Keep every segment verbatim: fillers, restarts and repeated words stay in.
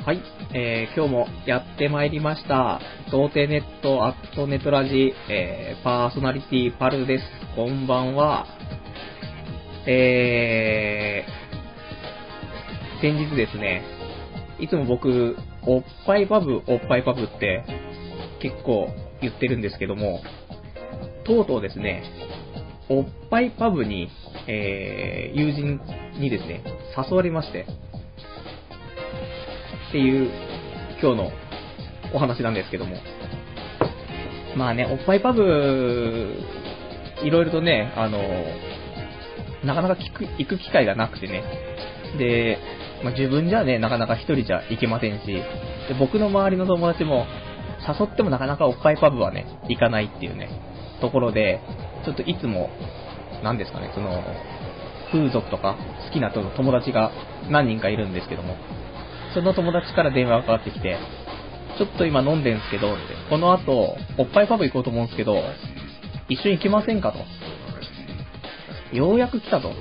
はい、えー、今日もやってまいりました。童貞ネットアットネトラジ、えー、パーソナリティパルです。こんばんは。えー、先日ですね、いつも僕、おっぱいパブ、おっぱいパブって結構言ってるんですけども、とうとうですね、おっぱいパブに、えー、友人にですね、誘われまして、っていう今日のお話なんですけども、まあね、おっぱいパブいろいろとね、あのなかなか聞く行く機会がなくてね、で、まあ、自分じゃねなかなか一人じゃ行けませんし、で僕の周りの友達も誘ってもなかなかおっぱいパブはね行かないっていうねところで、ちょっといつもなんですかね、その風俗とか好きな友達が何人かいるんですけども、その友達から電話がかかってきて、ちょっと今飲んでんすけどって、この後おっぱいパブ行こうと思うんですけど一緒に行きませんかと。ようやく来たと。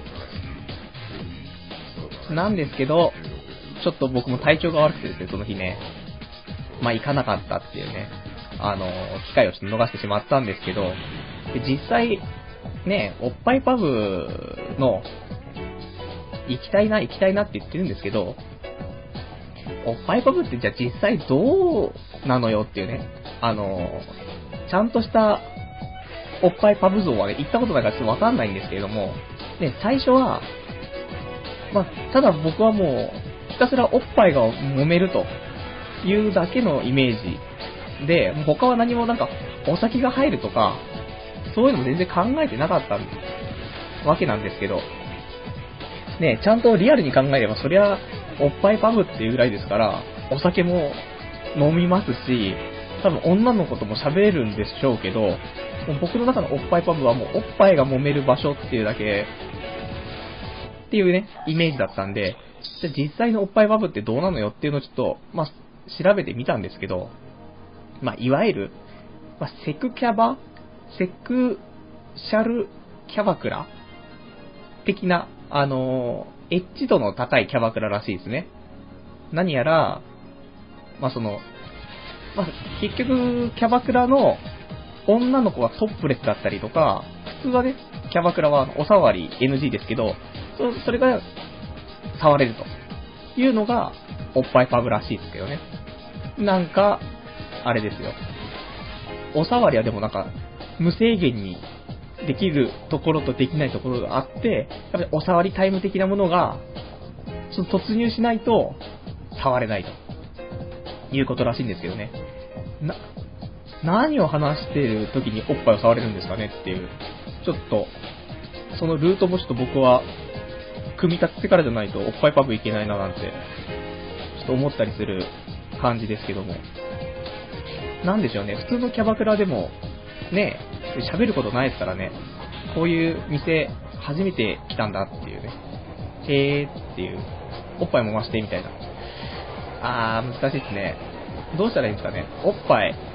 なんですけど、ちょっと僕も体調が悪くてですね、その日ね、まあ行かなかったっていうね、あの機会をちょっと逃してしまったんですけど、で実際ね、おっぱいパブの行きたいな行きたいなって言ってるんですけど、おっぱいパブってじゃあ実際どうなのよっていうね、あのちゃんとしたおっぱいパブ像はね、行ったことないからちょっとわかんないんですけれども、ね、最初は、まあ、ただ僕はもう、ひたすらおっぱいが揉めるというだけのイメージで、もう他は何もなんか、お酒が入るとか、そういうのも全然考えてなかったわけなんですけど、ね、ちゃんとリアルに考えれば、そりゃ、おっぱいパブっていうぐらいですから、お酒も飲みますし、多分女の子とも喋れるんでしょうけど、もう僕の中のおっぱいパブはもうおっぱいが揉める場所っていうだけっていうね、イメージだったんで、じゃあ実際のおっぱいパブってどうなのよっていうのをちょっと、まあ、調べてみたんですけど、まあ、いわゆる、まあ、セクキャバセクシャルキャバクラ的な、あのー、エッジ度の高いキャバクラらしいですね。何やら、まあ、その、まあ、結局、キャバクラの女の子はトップレスだったりとか、普通はね、キャバクラはお触り エヌジー ですけど、そそれが触れるというのがおっぱいパブらしいですけどね。なんか、あれですよ。お触りはでもなんか、無制限にできるところとできないところがあって、やっぱりお触りタイム的なものが、その突入しないと触れないということらしいんですけどね。な、何を話している時におっぱいを触れるんですかねっていう、ちょっと、そのルートもちょっと僕は、組み立ててからじゃないとおっぱいパブいけないななんて、ちょっと思ったりする感じですけども。なんでしょうね、普通のキャバクラでも、ね、喋ることないですからね、こういう店、初めて来たんだっていうね、へーっていう、おっぱいもましてみたいな。あー、難しいですね。どうしたらいいんですかね。おっぱい、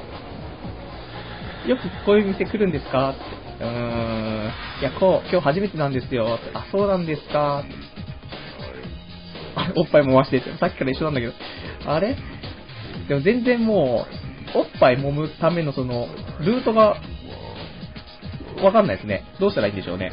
よくこういう店来るんですかって。うーん。いや、こう、今日初めてなんですよ。あ、そうなんですか。おっぱいもましてって。さっきから一緒なんだけど。あれでも全然もう、おっぱい揉むためのその、ルートが、わかんないですね。どうしたらいいんでしょうね。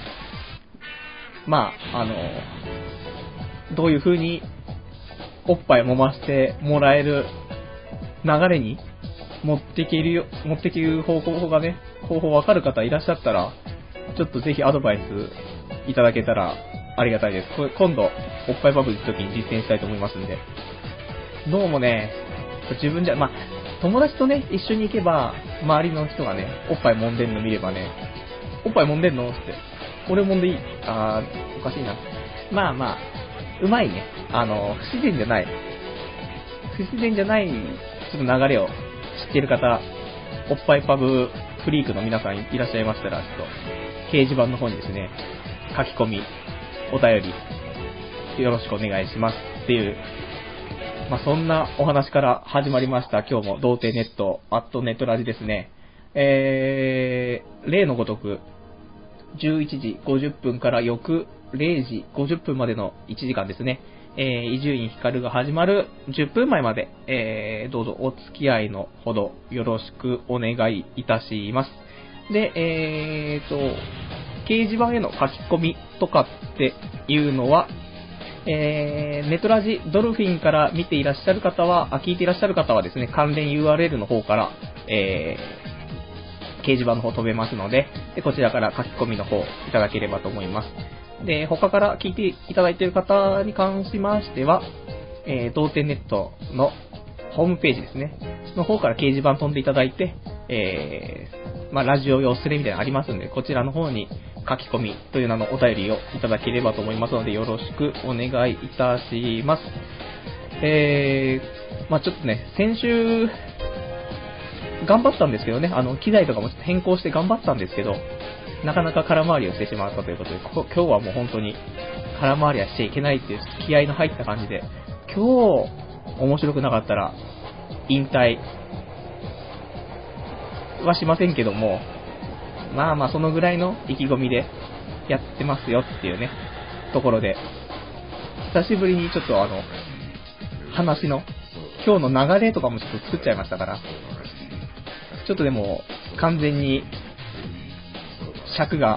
まあ、あの、どういう風に、おっぱい揉ましてもらえる流れに持っていけるよ、持っていける方法がね、方法わかる方いらっしゃったら、ちょっとぜひアドバイスいただけたらありがたいです。これ今度、おっぱいパブ行くときに実践したいと思いますんで。どうもね、自分じゃ、まあ、友達とね、一緒に行けば、周りの人がね、おっぱい揉んでんの見ればね、おっぱい揉んでんのって、俺揉んでいい？あー、おかしいな。まあまあ、うまいね。あの、不自然じゃない。不自然じゃない、ちょっと流れを知っている方、おっぱいパブフリークの皆さんいらっしゃいましたら、ちょっと、掲示板の方にですね、書き込み、お便り、よろしくお願いしますっていう、まあ、そんなお話から始まりました。今日も童貞ネット、アットネットラジですね。えー、例のごとく、じゅういちじごじゅっぷんから翌れいじごじゅっぷんまでのいちじかんですね。 えー、伊集院光が始まるじゅっぷんまえまで、えー、どうぞお付き合いのほどよろしくお願いいたします。で、えーと、掲示板への書き込みとかっていうのは、えー、ネトラジドルフィンから見ていらっしゃる方は、あ、聞いていらっしゃる方はですね、関連 ユーアールエル の方から、えー、掲示板の方飛べますので、で、こちらから書き込みの方いただければと思います。で、他から聞いていただいている方に関しましては、えー、同点ネットのホームページですね、の方から掲示板飛んでいただいて、えー、まあ、ラジオ用スレみたいなのありますんで、こちらの方に書き込みという名のお便りをいただければと思いますので、よろしくお願いいたします。えー、まあ、ちょっとね、先週、頑張ったんですけどね、あの、機材とかもちょっと変更して頑張ったんですけど、なかなか空回りをしてしまったということで、こ今日はもう本当に空回りはしちゃいけないっていう気合の入った感じで、今日面白くなかったら引退はしませんけども、まあまあそのぐらいの意気込みでやってますよっていうね、ところで、久しぶりにちょっとあの、話の、今日の流れとかもちょっと作っちゃいましたから、ちょっとでも完全に尺が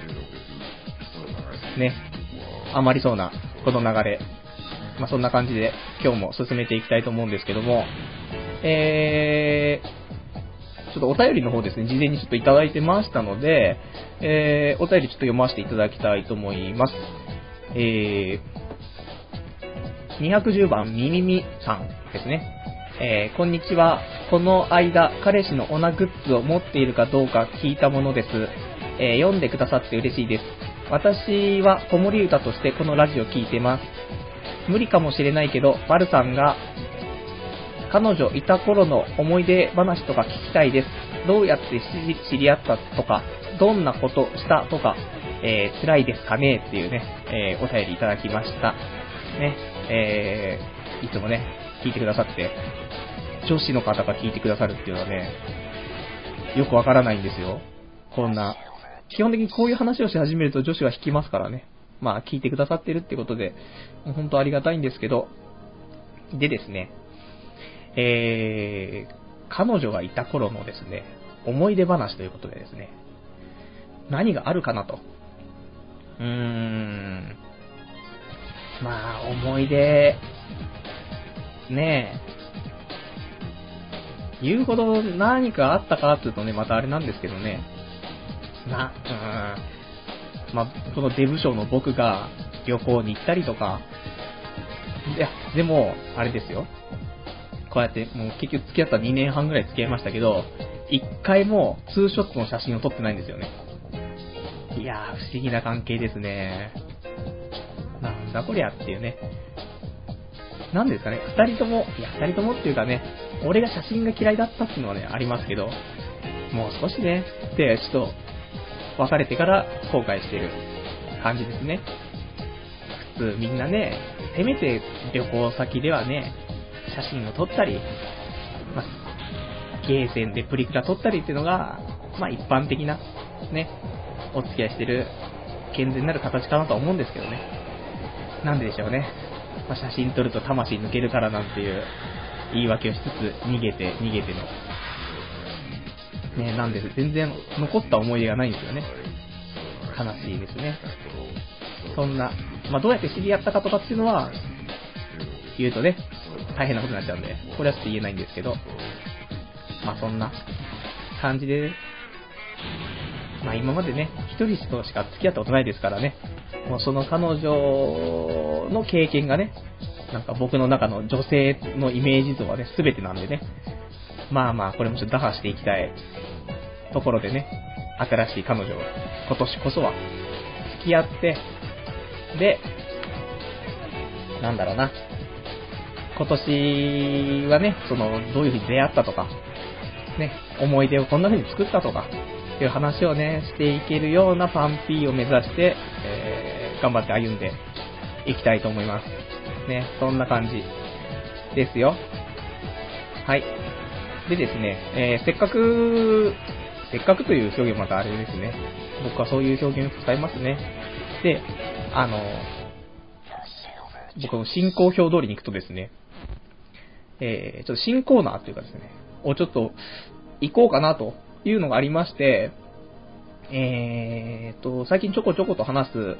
ね、余りそうなこの流れ、まあ、そんな感じで今日も進めていきたいと思うんですけども、えー、ちょっとお便りの方ですね、事前にちょっといただいてましたので、えー、お便りちょっと読ませていただきたいと思います。えー、にひゃくじゅうばんみみみさんですね。えー、こんにちは。この間、彼氏のオナグッズを持っているかどうか聞いたものです。えー、読んでくださって嬉しいです。私は子守歌としてこのラジオ聞いてます。無理かもしれないけど、バルさんが彼女いた頃の思い出話とか聞きたいです。どうやって知り合ったとか、どんなことしたとか、えー、辛いですかねっていうね、えー、お便りいただきました。ね、えー、いつもね、聞いてくださって、女子の方が聞いてくださるっていうのはね、よくわからないんですよ。こんな。基本的にこういう話をし始めると女子は引きますからね。まあ聞いてくださってるってことで、本当ありがたいんですけど、でですね、えー、彼女がいた頃のですね、思い出話ということでですね、何があるかなと。うーん、まあ思い出、ねえ、言うほど何かあったかっていうとね、またあれなんですけどね、な、うーん、まあ、このデブ賞の僕が旅行に行ったりとか、いや、でも、あれですよ。こうやって、もう結局付き合ったにねんはんぐらい付き合いましたけど、一回もツーショットの写真を撮ってないんですよね。いやー、不思議な関係ですね。なんだこりゃっていうね。なんですかね、二人とも、いや、二人ともっていうかね、俺が写真が嫌いだったっていうのはね、ありますけど、もう少しね、で、ちょっと、別れてから後悔してる感じですね。普通みんなね、せめて旅行先ではね、写真を撮ったり、まあ、ゲーセンでプリクラ撮ったりっていうのが、まあ一般的な、ね、お付き合いしてる健全なる形かなと思うんですけどね。なんででしょうね。まあ、写真撮ると魂抜けるからなんていう言い訳をしつつ、逃げて逃げての。ね、なんで全然残った思い出がないんですよね。悲しいですね。そんな、まあ、どうやって知り合ったかとかっていうのは、言うとね、大変なことになっちゃうんで、これはちょっと言えないんですけど、まあそんな感じで、まあ今までね、一人としか付き合ったことないですからね、もうその彼女の経験がね、なんか僕の中の女性のイメージ像はね、すべてなんでね、まあまあこれもちょっと打破していきたいところでね、新しい彼女を今年こそは付き合って、で、なんだろうな、今年はね、その、どういう風に出会ったとか、ね、思い出をこんな風に作ったとか、っていう話をね、していけるようなパンピーを目指して、えー、頑張って歩んでいきたいと思います。ね、そんな感じですよ。はい。でですね、えー、せっかく、せっかくという表現またあれですね。僕はそういう表現を使いますね。で、あの、 僕の進行表通りに行くとですね、えー、ちょっと新コーナーというかですね、をちょっと行こうかなというのがありまして、えーと、最近ちょこちょこと話す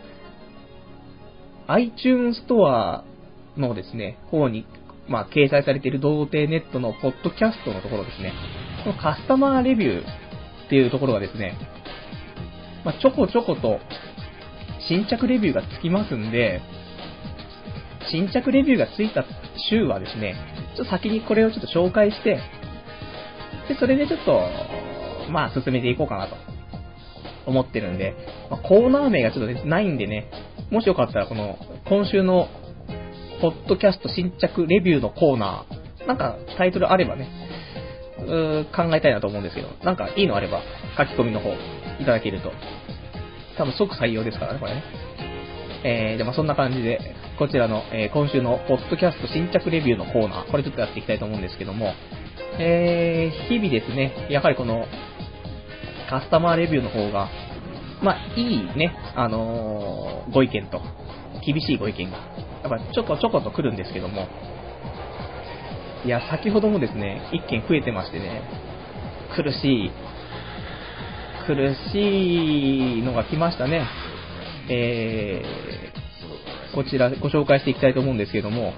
iTunes ストアのですね、方に、まあ、掲載されている童貞ネットのポッドキャストのところですね、このカスタマーレビューっていうところがですね、まあ、ちょこちょこと新着レビューがつきますんで、新着レビューがついた週はですね、ちょっと先にこれをちょっと紹介して、で、それでちょっと、まあ、進めていこうかなと思ってるんで、まあ、コーナー名がちょっと、ね、ないんでね、もしよかったらこの、今週の、ポッドキャスト新着レビューのコーナー、なんかタイトルあればね、うー考えたいなと思うんですけど、なんかいいのあれば、書き込みの方、いただけると、多分即採用ですからね、これね。えー、で、まあそんな感じで、こちらの、えー、今週のポッドキャスト新着レビューのコーナー、これちょっとやっていきたいと思うんですけども、えー、日々ですね、やはりこの、カスタマーレビューの方が、まあいいね、あのー、ご意見と、厳しいご意見が、やっぱちょこちょこと来るんですけども、いや、先ほどもですね、一件増えてましてね、苦しい、苦しいのが来ましたね。えー、こちらご紹介していきたいと思うんですけども、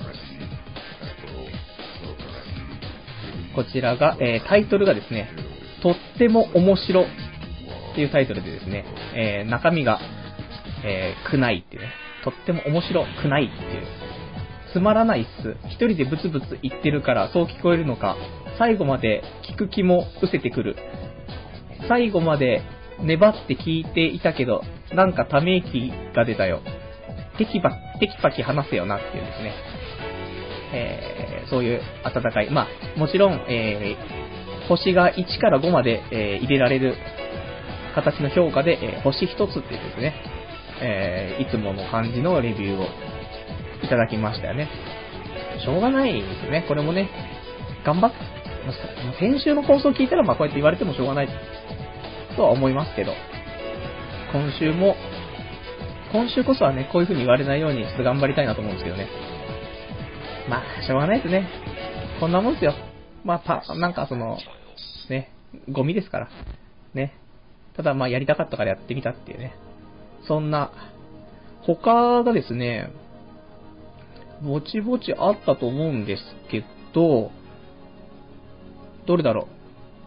こちらが、えー、タイトルがですね、とっても面白っていうタイトルでですね、えー、中身が、えー、くないっていうね、とっても面白くないっていう、つまらないっす、一人でブツブツ言ってるからそう聞こえるのか、最後まで聞く気も失せてくる、最後まで粘って聞いていたけど、なんかため息が出たよ。テキパテキパキ話せよなっていうですね。えー、そういう温かい。まあ、もちろん、えー、星がいちからごまで、えー、入れられる形の評価で、えー、星ひとつっていうですね、えー、いつもの感じのレビューをいただきましたよね。しょうがないですよね。これもね、頑張っ、先週の放送聞いたら、まあこうやって言われてもしょうがないとは思いますけど、今週も、今週こそはね、こういう風に言われないようにちょっと頑張りたいなと思うんですけどね。まあ、しょうがないですね。こんなもんですよ。まあ、パ、なんかその、ね、ゴミですから。ね。ただまあ、やりたかったからやってみたっていうね。そんな、他がですね、ぼちぼちあったと思うんですけど、どれだろう。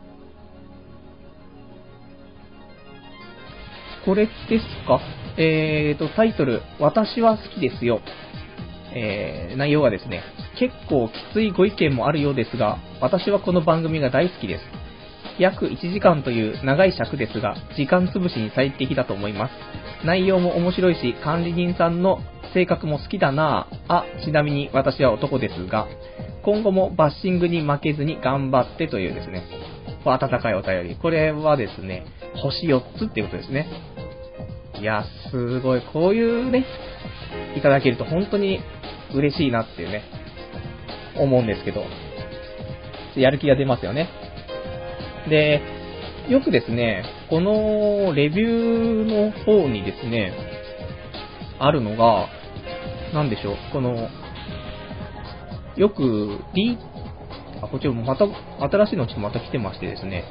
これですか？えーと、タイトル、私は好きですよ。えー、内容がですね、結構きついご意見もあるようですが、私はこの番組が大好きです。約いちじかんという長い尺ですが、時間潰しに最適だと思います。内容も面白いし、管理人さんの性格も好きだなぁ。あ、ちなみに私は男ですが、今後もバッシングに負けずに頑張ってというですね、温かいお便り。これはですね、星よっつっていうことですね。いや、すごい。こういうね、いただけると本当に嬉しいなっていうね、思うんですけど、やる気が出ますよね。で、よくですね、このレビューの方にですね、あるのが、なんでしょう、この、よく、D、あ、こっちもまた、新しいのちょっとまた来てましてですね、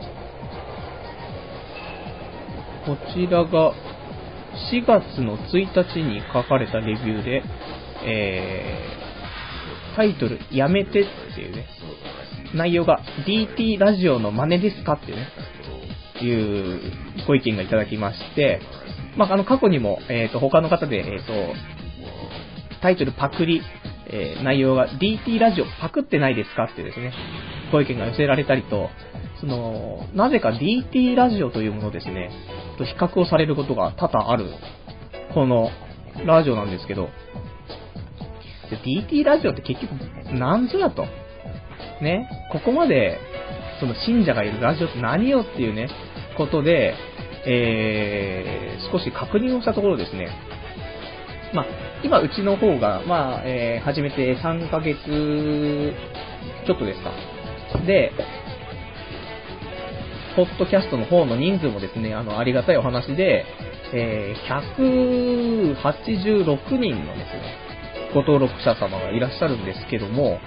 こちらが、しがつのついたちに書かれたレビューで、えー、タイトル、やめてっていうね、内容が ディーティー ラジオの真似ですかっていうね、いうご意見がいただきまして、まあ、あの過去にも、えっと、他の方で、えっと、タイトルパクリ、えー、内容が ディーティー ラジオパクってないですかっていうですね、ご意見が寄せられたりと、その、なぜか ディーティー ラジオというものですね、と比較をされることが多々ある、このラジオなんですけど、ディーティー ラジオって結局何ぞやと。ね、ここまで、その信者がいるラジオって何よっていうね、ことで、えー、少し確認をしたところですね、まあ、今うちの方が、まあ、えー、始めてさんかげつちょっとですか。で、ポッドキャストの方の人数もですね、あの、ありがたいお話で、えー、ひゃくはちじゅうろくにんのですね、 ご登録者様がいらっしゃるんですけども、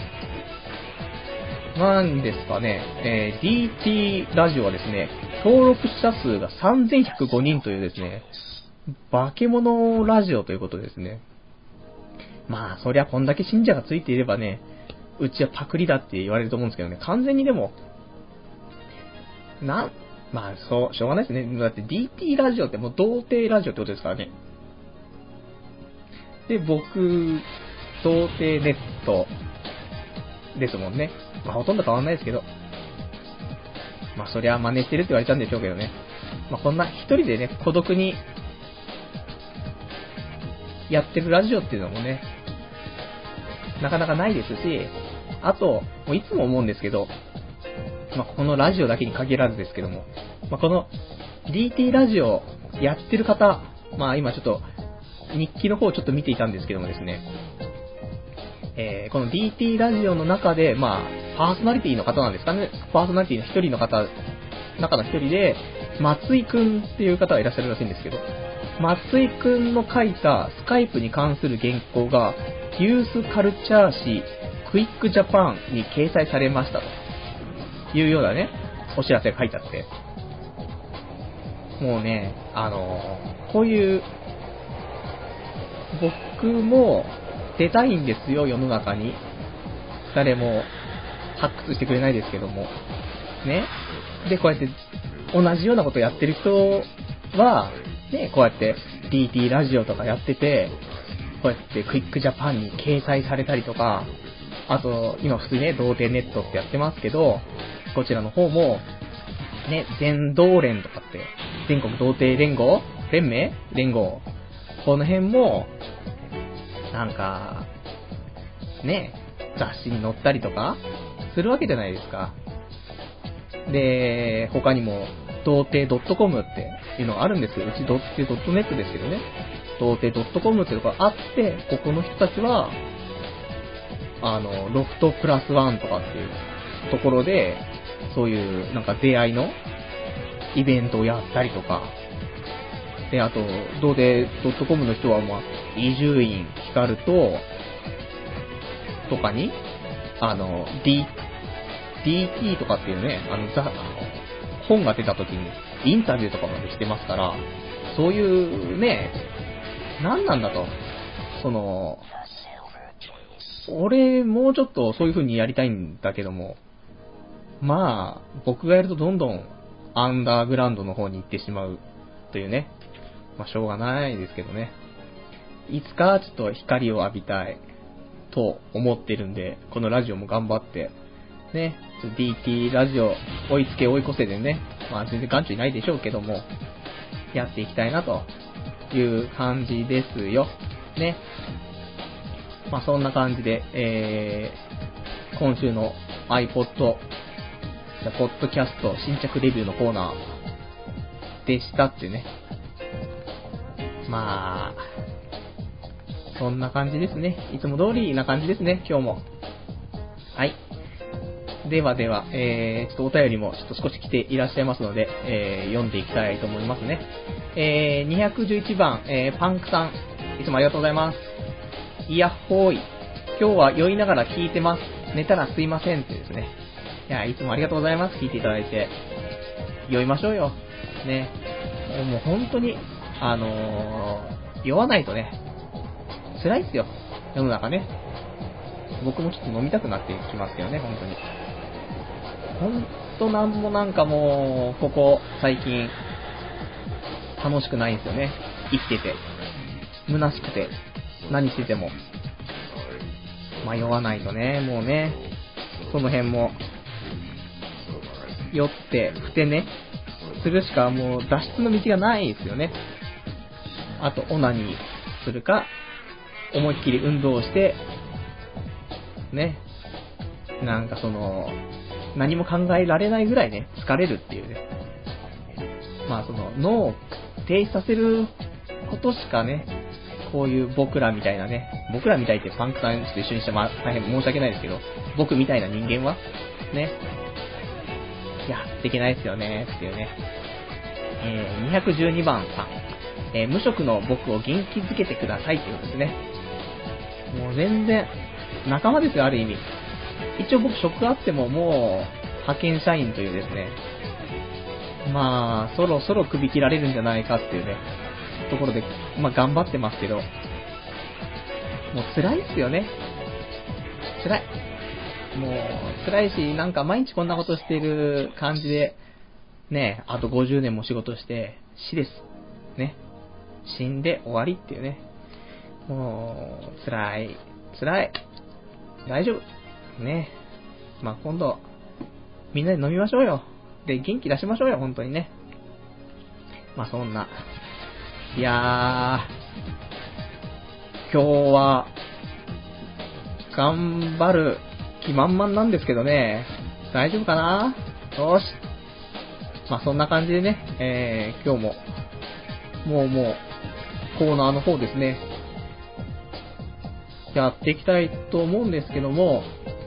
なんですかね、えー、ディーティー ラジオはですね、登録者数がさんぜんひゃくごにんというですね、化け物ラジオということですね。まあ、そりゃこんだけ信者がついていればね、うちはパクリだって言われると思うんですけどね、完全にでも、な、まあ、そう、しょうがないですね。だって ディーティー ラジオってもう童貞ラジオってことですからね。で、僕、童貞ネットですもんね。まあ、ほとんど変わんないですけど。まあ、そりゃ真似してるって言われちゃうんでしょうけどね。まあ、こんな一人でね、孤独にやってるラジオっていうのもね、なかなかないですし、あと、もういつも思うんですけど、まあ、このラジオだけに限らずですけども、まあ、この ディーティー ラジオやってる方、まあ今ちょっと日記の方をちょっと見ていたんですけどもですね、えー、この ディーティー ラジオの中で、まあ、パーソナリティの方なんですかね、パーソナリティの一人の方、中の一人で、松井くんっていう方がいらっしゃるらしいんですけど、松井くんの書いたスカイプに関する原稿が、ユースカルチャー誌クイックジャパンに掲載されましたというようなね、お知らせが書いてあって、もうね、あのー、こういう、僕も出たいんですよ、世の中に。誰も発掘してくれないですけども。ね。で、こうやって同じようなことやってる人は、ね、こうやって ディーティー ラジオとかやってて、こうやってクイックジャパンに掲載されたりとか、あと、今普通にね、童貞ネットってやってますけど、こちらの方も、ね、全童連とかって、全国童貞連合連盟連合この辺も、なんか、ね、雑誌に載ったりとか、するわけじゃないですか。で、他にも、童貞 .com っていうのがあるんですよ。うち童貞 .net ですけどね。童貞 .com っていうのがあって、ここの人たちは、あの、ロフトプラスワンとかっていうところで、そういうなんか出会いのイベントをやったりとか、で、あと、童貞 .com の人は、まあ、伊集院光と、とかに、あの、D、ディーティー とかっていうね、あの、ザ、あの、本が出た時にインタビューとかまでしてますから、そういうね、何なんだと。その、俺、もうちょっとそういう風にやりたいんだけども、まあ、僕がやるとどんどんアンダーグラウンドの方に行ってしまうというね、まあしょうがないですけどね。いつかちょっと光を浴びたいと思ってるんで、このラジオも頑張って、ね、ディーティー ラジオ追いつけ追い越せでね、まあ全然眼中いないでしょうけども、やっていきたいなという感じですよ。ね。まあそんな感じで、えー、今週の iPod、じゃポッドキャスト新着レビューのコーナーでしたってね。まあ、そんな感じですね。いつも通りな感じですね、今日も。はい。ではでは、えー、ちょっとお便りもちょっと少し来ていらっしゃいますので、えー、読んでいきたいと思いますね。えー、にひゃくじゅういちばん、えー、パンクさん、いつもありがとうございます。いやっほーい。今日は酔いながら聞いてます。寝たらすいませんってですね。いや、いつもありがとうございます。聞いていただいて。酔いましょうよ。ね。もう本当に、あのー、酔わないとね、辛いっすよ。世の中ね。僕もちょっと飲みたくなってきますよね、本当に。ほんとなんもなんかもう、ここ最近、楽しくないんですよね。生きてて。虚しくて。何してても。迷わないとね、もうね、その辺も、酔って、ふてね、するしかもう脱出の道がないですよね。あと、オナニーするか、思いっきり運動をして、ね、なんかその、何も考えられないぐらいね、疲れるっていうね。まあその、脳を停止させることしかね、こういう僕らみたいなね、僕らみたいってパンクさんと一緒にしてま大変申し訳ないですけど、僕みたいな人間は、ね、やっていけないですよね、っていうね。えー、にひゃくじゅうにばんさん、えー、無職の僕を元気づけてくださいっていうことですね。 もう全然、仲間ですよ、ある意味。一応僕職あってももう、派遣社員というですね、まあ、そろそろ首切られるんじゃないかっていうね、ところで、まあ頑張ってますけど、もう辛いっすよね。辛い。もう、辛いし、なんか毎日こんなことしてる感じで、ね、あとごじゅうねんも仕事して、死です。ね。死んで終わりっていうね。もう、辛い。辛い。大丈夫。ね。まあ今度、みんなで飲みましょうよ。で、元気出しましょうよ、本当にね。まあそんな。いやー、今日は、頑張る気満々なんですけどね。大丈夫かな？よし。まあそんな感じでね、えー、今日も、もうもう、コーナーの方ですね、やっていきたいと思うんですけども、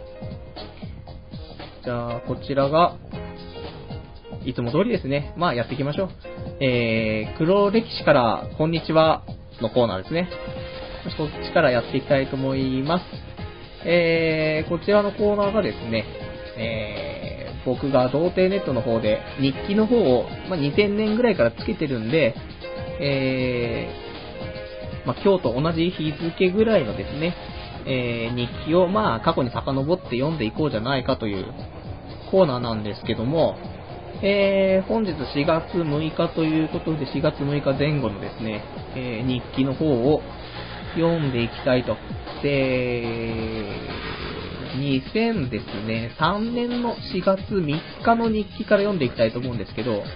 じゃあ、こちらが、いつも通りですね。まあやっていきましょう。えー、黒歴史からこんにちはのコーナーですね。こっちからやっていきたいと思います。えー、こちらのコーナーがですね、えー、僕が童貞ネットの方で日記の方を、まあ、にせんねんぐらいからつけてるんで、えー、まあ、今日と同じ日付ぐらいのですね、えー、日記をまあ過去に遡って読んでいこうじゃないかというコーナーなんですけども、えー、本日しがつむいかということでしがつむいか前後のですね、えー、日記の方を読んでいきたいと。で、にせんですね、さんねんのしがつみっかの日記から読んでいきたいと思うんですけど、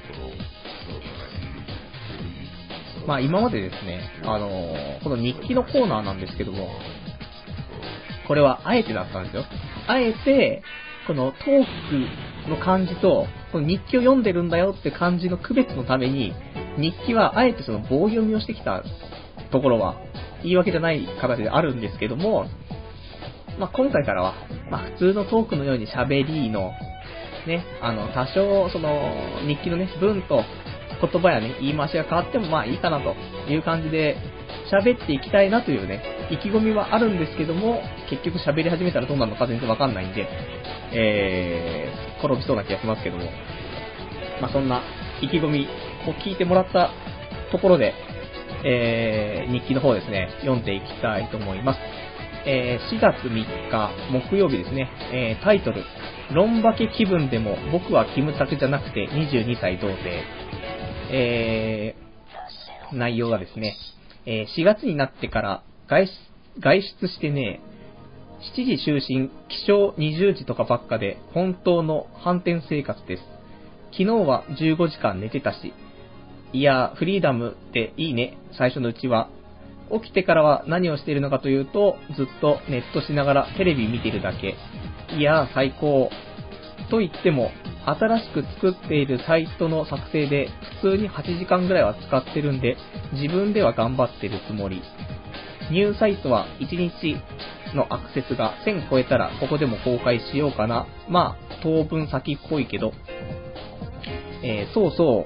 まあ今までですね、あのー、この日記のコーナーなんですけども、これはあえてだったんですよ。あえて、このトークの感じと、この日記を読んでるんだよって感じの区別のために、日記はあえてその棒読みをしてきたところは、言い訳じゃない形であるんですけども、まあ、今回からは、まあ、普通のトークのように喋りの、ね、あの、多少、その、日記のね、文と言葉やね、言い回しが変わってもまあいいかなという感じで、喋っていきたいなというね、意気込みはあるんですけども、結局喋り始めたらどうなるのか全然わかんないんで、えー、転びそうな気がしますけども、まあ、そんな意気込みを聞いてもらったところで、えー、日記の方ですね、読んでいきたいと思います。えー、しがつみっか木曜日ですね、えー、タイトル、ロンバケ気分でも僕はキムタクじゃなくてにじゅうにさい童貞。えー、内容がですね、えー、しがつになってから外出、外出してね、しちじ就寝、起床にじゅうじとかばっかで本当の反転生活です。昨日はじゅうごじかん寝てたし、いや、フリーダムっていいね、最初のうちは。起きてからは何をしているのかというと、ずっとネットしながらテレビ見てるだけ。いや、最高。と言っても、新しく作っているサイトの作成で普通にはちじかんぐらいは使ってるんで、自分では頑張ってるつもり。ニューサイトはいちにちのアクセスがせん超えたらここでも公開しようかな。まあ、当分先っぽいけど。えー、そうそう、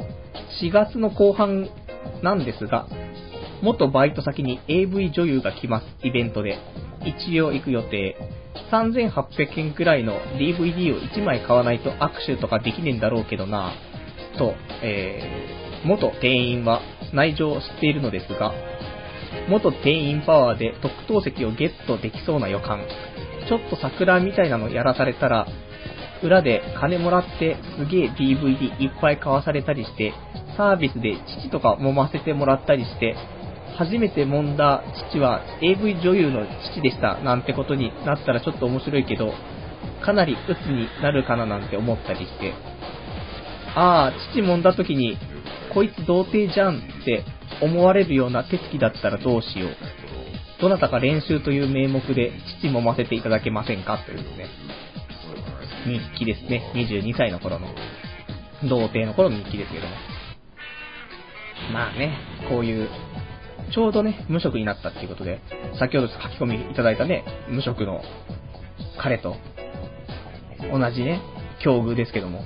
しがつの後半なんですが、元バイト先に エーブイ 女優が来ます、イベントで。一応行く予定。さんぜんはっぴゃくえんくらいの ディーブイディー をいちまい買わないと握手とかできねえんだろうけどなぁ。と、えー、元店員は内情を知っているのですが、元店員パワーで特等席をゲットできそうな予感。ちょっと桜みたいなのやらされたら、裏で金もらってすげえ ディーブイディー いっぱい買わされたりして、サービスで父とか揉ませてもらったりして、初めて揉んだ父は エーブイ 女優の父でしたなんてことになったらちょっと面白いけど、かなり鬱になるかななんて思ったりして、ああ、父揉んだ時に、こいつ童貞じゃんって思われるような手つきだったらどうしよう。どなたか練習という名目で父揉ませていただけませんかというですね、日記ですね。にじゅうにさいの頃の、童貞の頃の日記ですけども。まあね、こういう、ちょうどね、無職になったっていうことで、先ほど書き込みいただいたね、無職の彼と、同じね、境遇ですけども。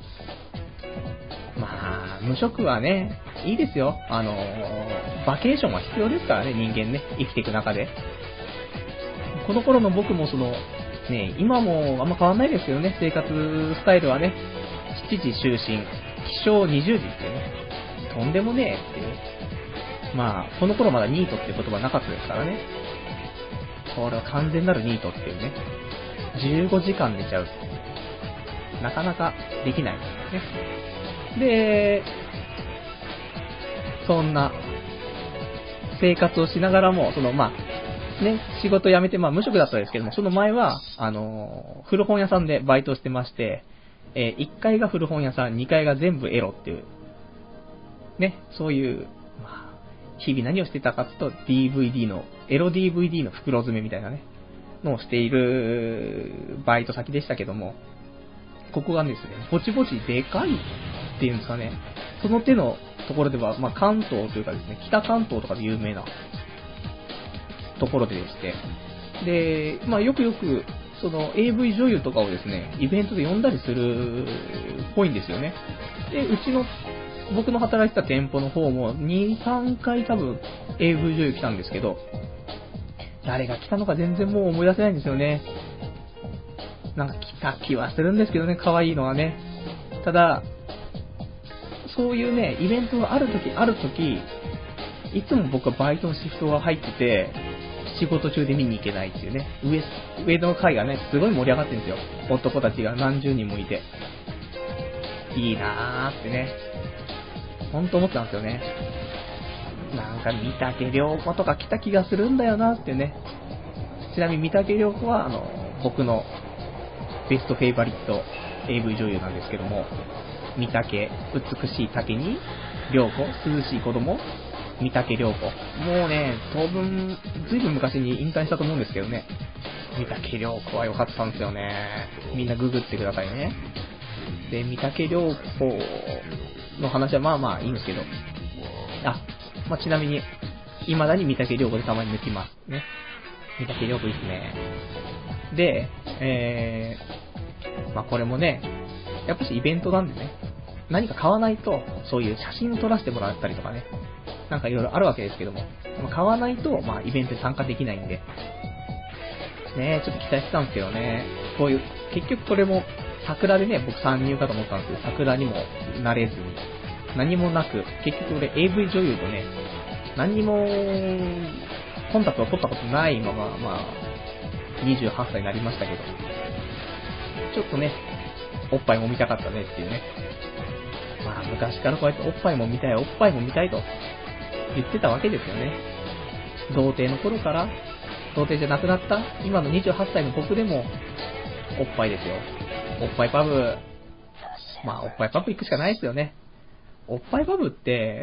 まあ、無職はね、いいですよ。あのー、バケーションは必要ですからね、人間ね、生きていく中で。 この頃の僕もその、ね、今もあんま変わんないですけどね、生活スタイルはね、しちじ就寝、起床にじゅうじってね、とんでもねえっていう。まあ、この頃まだニートって言葉なかったですからね。これは完全なるニートっていうね。じゅうごじかん寝ちゃう。なかなかできないですね。で、そんな生活をしながらも、そのまあ、ね、仕事辞めて、まあ無職だったんですけども、その前は、あの、古本屋さんでバイトしてまして、えー、いっかいが古本屋さん、にかいが全部エロっていう、ね、そういう、まあ、日々何をしてたかというと、ディーブイディー の、エロ ディーブイディー の袋詰めみたいなね、のをしているバイト先でしたけども、ここがですね、ぼちぼちでかいっていうんですかね、その手のところでは、まあ、関東というかですね、北関東とかで有名なところででして、で、まあ、よくよく、その エーブイ 女優とかをですね、イベントで呼んだりするっぽいんですよね。で、うちの、僕の働いてた店舗の方もに、さんかい多分 エーブイ 女優来たんですけど、誰が来たのか全然もう思い出せないんですよね。なんか来た気はするんですけどね、可愛いのはね。ただ、そういうね、イベントがあるとき、あるとき、いつも僕はバイトのシフトが入ってて、仕事中で見に行けないっていうね、上、上の階がね、すごい盛り上がってるんですよ。男たちが何十人もいて。いいなーってね、ほんと思ってたんですよね。なんか、三竹涼子とか来た気がするんだよなってね。ちなみに三竹涼子は、あの、僕のベストフェイバリット エーブイ 女優なんですけども、三竹、美しい竹に、涼子、涼しい子供、三竹涼子。もうね、当分、ずいぶん昔に引退したと思うんですけどね。三竹涼子は良かったんですよね。みんなググってくださいね。で、三竹涼子の話はまあまあいいんですけど、あ、まあ、ちなみに、未だに三竹涼子でたまに抜きますね。三竹涼子いいですね。で、えー、まあこれもね、やっぱしイベントなんでね、何か買わないと、そういう写真を撮らせてもらったりとかね、なんかいろいろあるわけですけども、買わないと、まあイベントに参加できないんで、ね、ちょっと期待してたんですけどね、こういう、結局これも、桜でね、僕参入かと思ったんですけど、桜にもなれずに、何もなく、結局俺 エーブイ 女優とね、何にも、コンタクトを取ったことないまま、まあ、にじゅうはっさいになりましたけど、ちょっとね、おっぱいも見たかったねっていうね。まあ、昔からこうやっておっぱいも見たい、おっぱいも見たいと言ってたわけですよね。童貞の頃から、童貞じゃなくなった今のにじゅうはっさいの僕でも、おっぱいですよ。おっぱいパブ、まあ、おっぱいパブ行くしかないですよね。おっぱいパブって、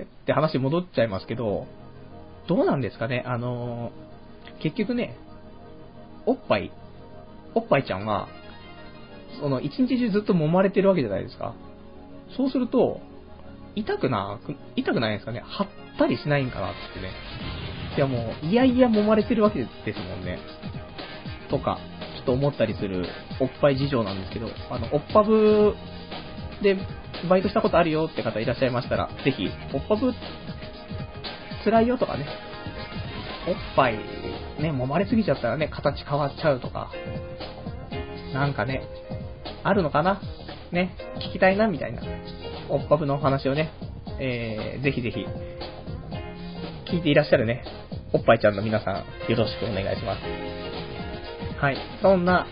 って話戻っちゃいますけど、どうなんですかね、あのー、結局ね、おっぱい、おっぱいちゃんは、その、一日中ずっと揉まれてるわけじゃないですか。そうすると、痛くな、痛くないですかね、張ったりしないんかなってね。いやもう、いやいや揉まれてるわけですもんね。とか、ちょっと思ったりする、おっぱい事情なんですけど、あの、おっぱぶで、バイトしたことあるよって方いらっしゃいましたら、ぜひ、おっぱぶ、辛いよとかね、おっぱい、ね、揉まれすぎちゃったらね、形変わっちゃうとか、なんかね、あるのかなね、聞きたいなみたいな、おっぱぶのお話をね、えー、ぜひぜひ、聞いていらっしゃるね、おっぱいちゃんの皆さん、よろしくお願いします。はい、そんな、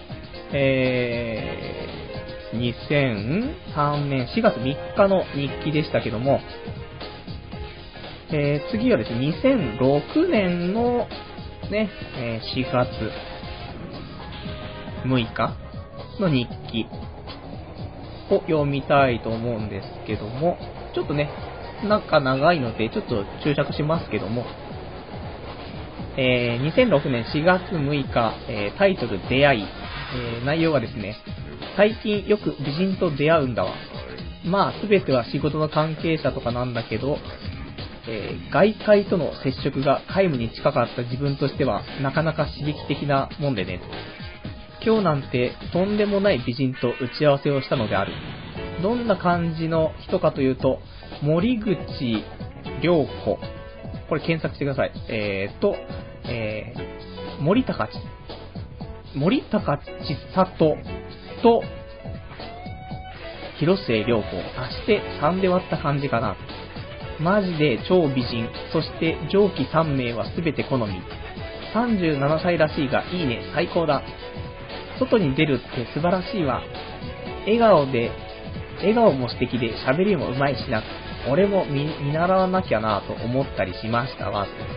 えー、にせんさんねんしがつみっかの日記でしたけども、えー、次はですね、にせんろくねんのね、えー、しがつむいかの日記を読みたいと思うんですけども、ちょっとね、なんか長いので、ちょっと注釈しますけども、えー、にせんろくねんしがつむいか、えー、タイトル出会い、えー、内容はですね、最近よく美人と出会うんだわ。まあ、すべては仕事の関係者とかなんだけど、えー、外界との接触が皆無に近かった自分としては、なかなか刺激的なもんでね。今日なんてとんでもない美人と打ち合わせをしたのである。どんな感じの人かというと、森口良子。これ検索してください。えーと、えー、森高森高千里と広末涼子を足してさんで割った感じかな。マジで超美人、そして上記さん名はすべて好み。さんじゅうななさいらしいがいいね、最高だ。外に出るって素晴らしいわ。笑顔で、笑顔も素敵で喋りもうまいしな。俺も 見, 見習わなきゃなと思ったりしましたわ、とです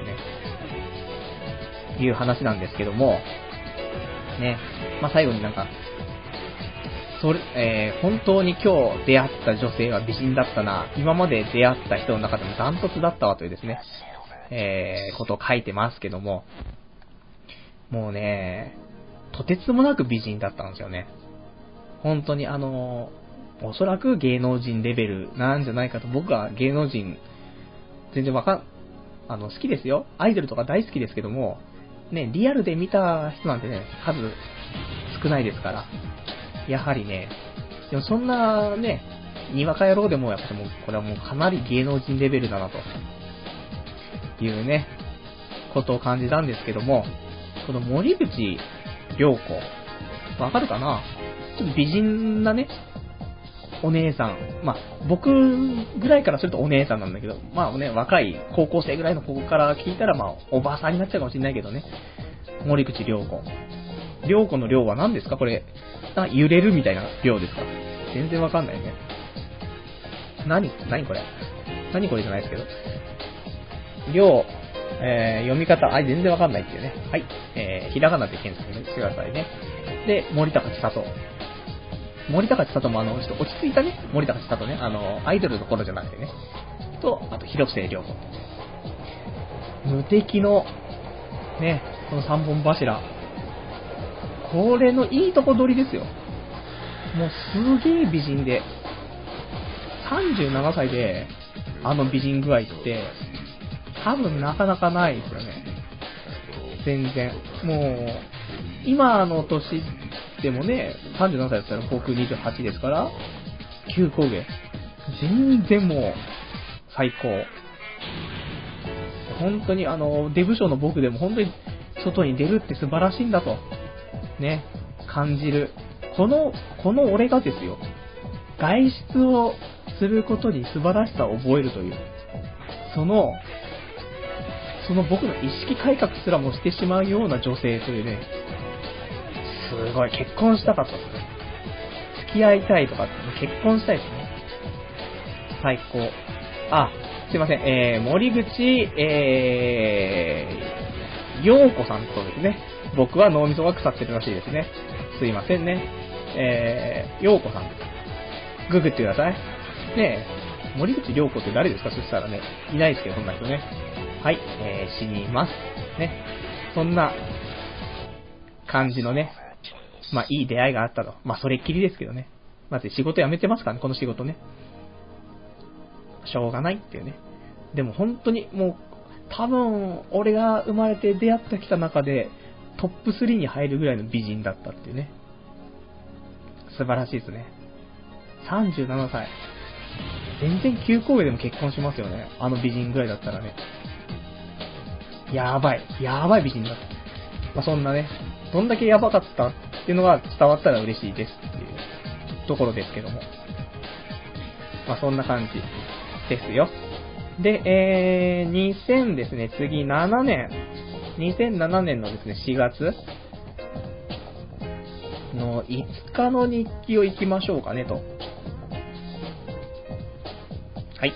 ね。いう話なんですけども、ね、まあ、最後になんか、それ、えー、本当に今日出会った女性は美人だったな。今まで出会った人の中でもダントツだったわというですね、えー、ことを書いてますけども、もうね、とてつもなく美人だったんですよね。本当にあの、おそらく芸能人レベルなんじゃないかと。僕は芸能人、全然わかん、あの、好きですよ。アイドルとか大好きですけども、ね、リアルで見た人なんてね、数少ないですから。やはりね、でもそんなね、にわか野郎でもやっぱりもう、これはもうかなり芸能人レベルだなというね、ことを感じたんですけども、この森口涼子、わかるかな？ちょっと美人なね、お姉さん、まあ、僕ぐらいからするとお姉さんなんだけど、まあね、若い高校生ぐらいの子から聞いたら、まあ、おばさんになっちゃうかもしれないけどね、森口涼子。涼子の涼は何ですかこれ、あ、揺れるみたいな涼ですか？全然わかんないね。何、何これ何これじゃないですけど。涼、えー、読み方、あ、全然わかんないっていうね。はい。えー、ひらがなで検索してくださいね。で、森高千里。森高千里もあの、ちょっと落ち着いたね。森高千里ね。あの、アイドルの頃じゃなくてね。と、あと、広末涼子。無敵の、ね、この三本柱。これのいいとこ取りですよ。もうすげえ美人で、さんじゅうななさいで、あの美人具合って、多分なかなかないですよね。全然。もう、今の年でもね、さんじゅうななさいだったら僕にじゅうはちですから、きゅうこ上。全然もう、最高。本当にあの、デブ賞の僕でも本当に外に出るって素晴らしいんだと。ね、感じる。この、この俺がですよ、外出をすることに素晴らしさを覚えるという、その、その僕の意識改革すらもしてしまうような女性というね、すごい、結婚したかったですね。付き合いたいとか、結婚したいですね。最高。あ、すいません、えー、森口、えー、陽子さんとですね、僕は脳みそが腐ってるらしいですね。すいませんね。えー、陽子さん。ググってください。ねえ、森口陽子って誰ですか？そしたらね、いないですけど、そんな人ね。はい、えー、死にます。ね。そんな感じのね、まあいい出会いがあったと。まあそれっきりですけどね。まず仕事辞めてますからね、この仕事ね。しょうがないっていうね。でも本当にもう、多分、俺が生まれて出会ってきた中で、トップスリーに入るぐらいの美人だったっていうね。素晴らしいですね。さんじゅうななさい。全然きゅうこ上でも結婚しますよね。あの美人ぐらいだったらね。やばい。やばい美人だった。まあ、そんなね、どんだけやばかったっていうのが伝わったら嬉しいですっていうところですけども。まあ、そんな感じですよ。で、えー、にせんですね、次ななねん。にせんななねんのですね、しがつのいつかの日記を行きましょうかねと。はい。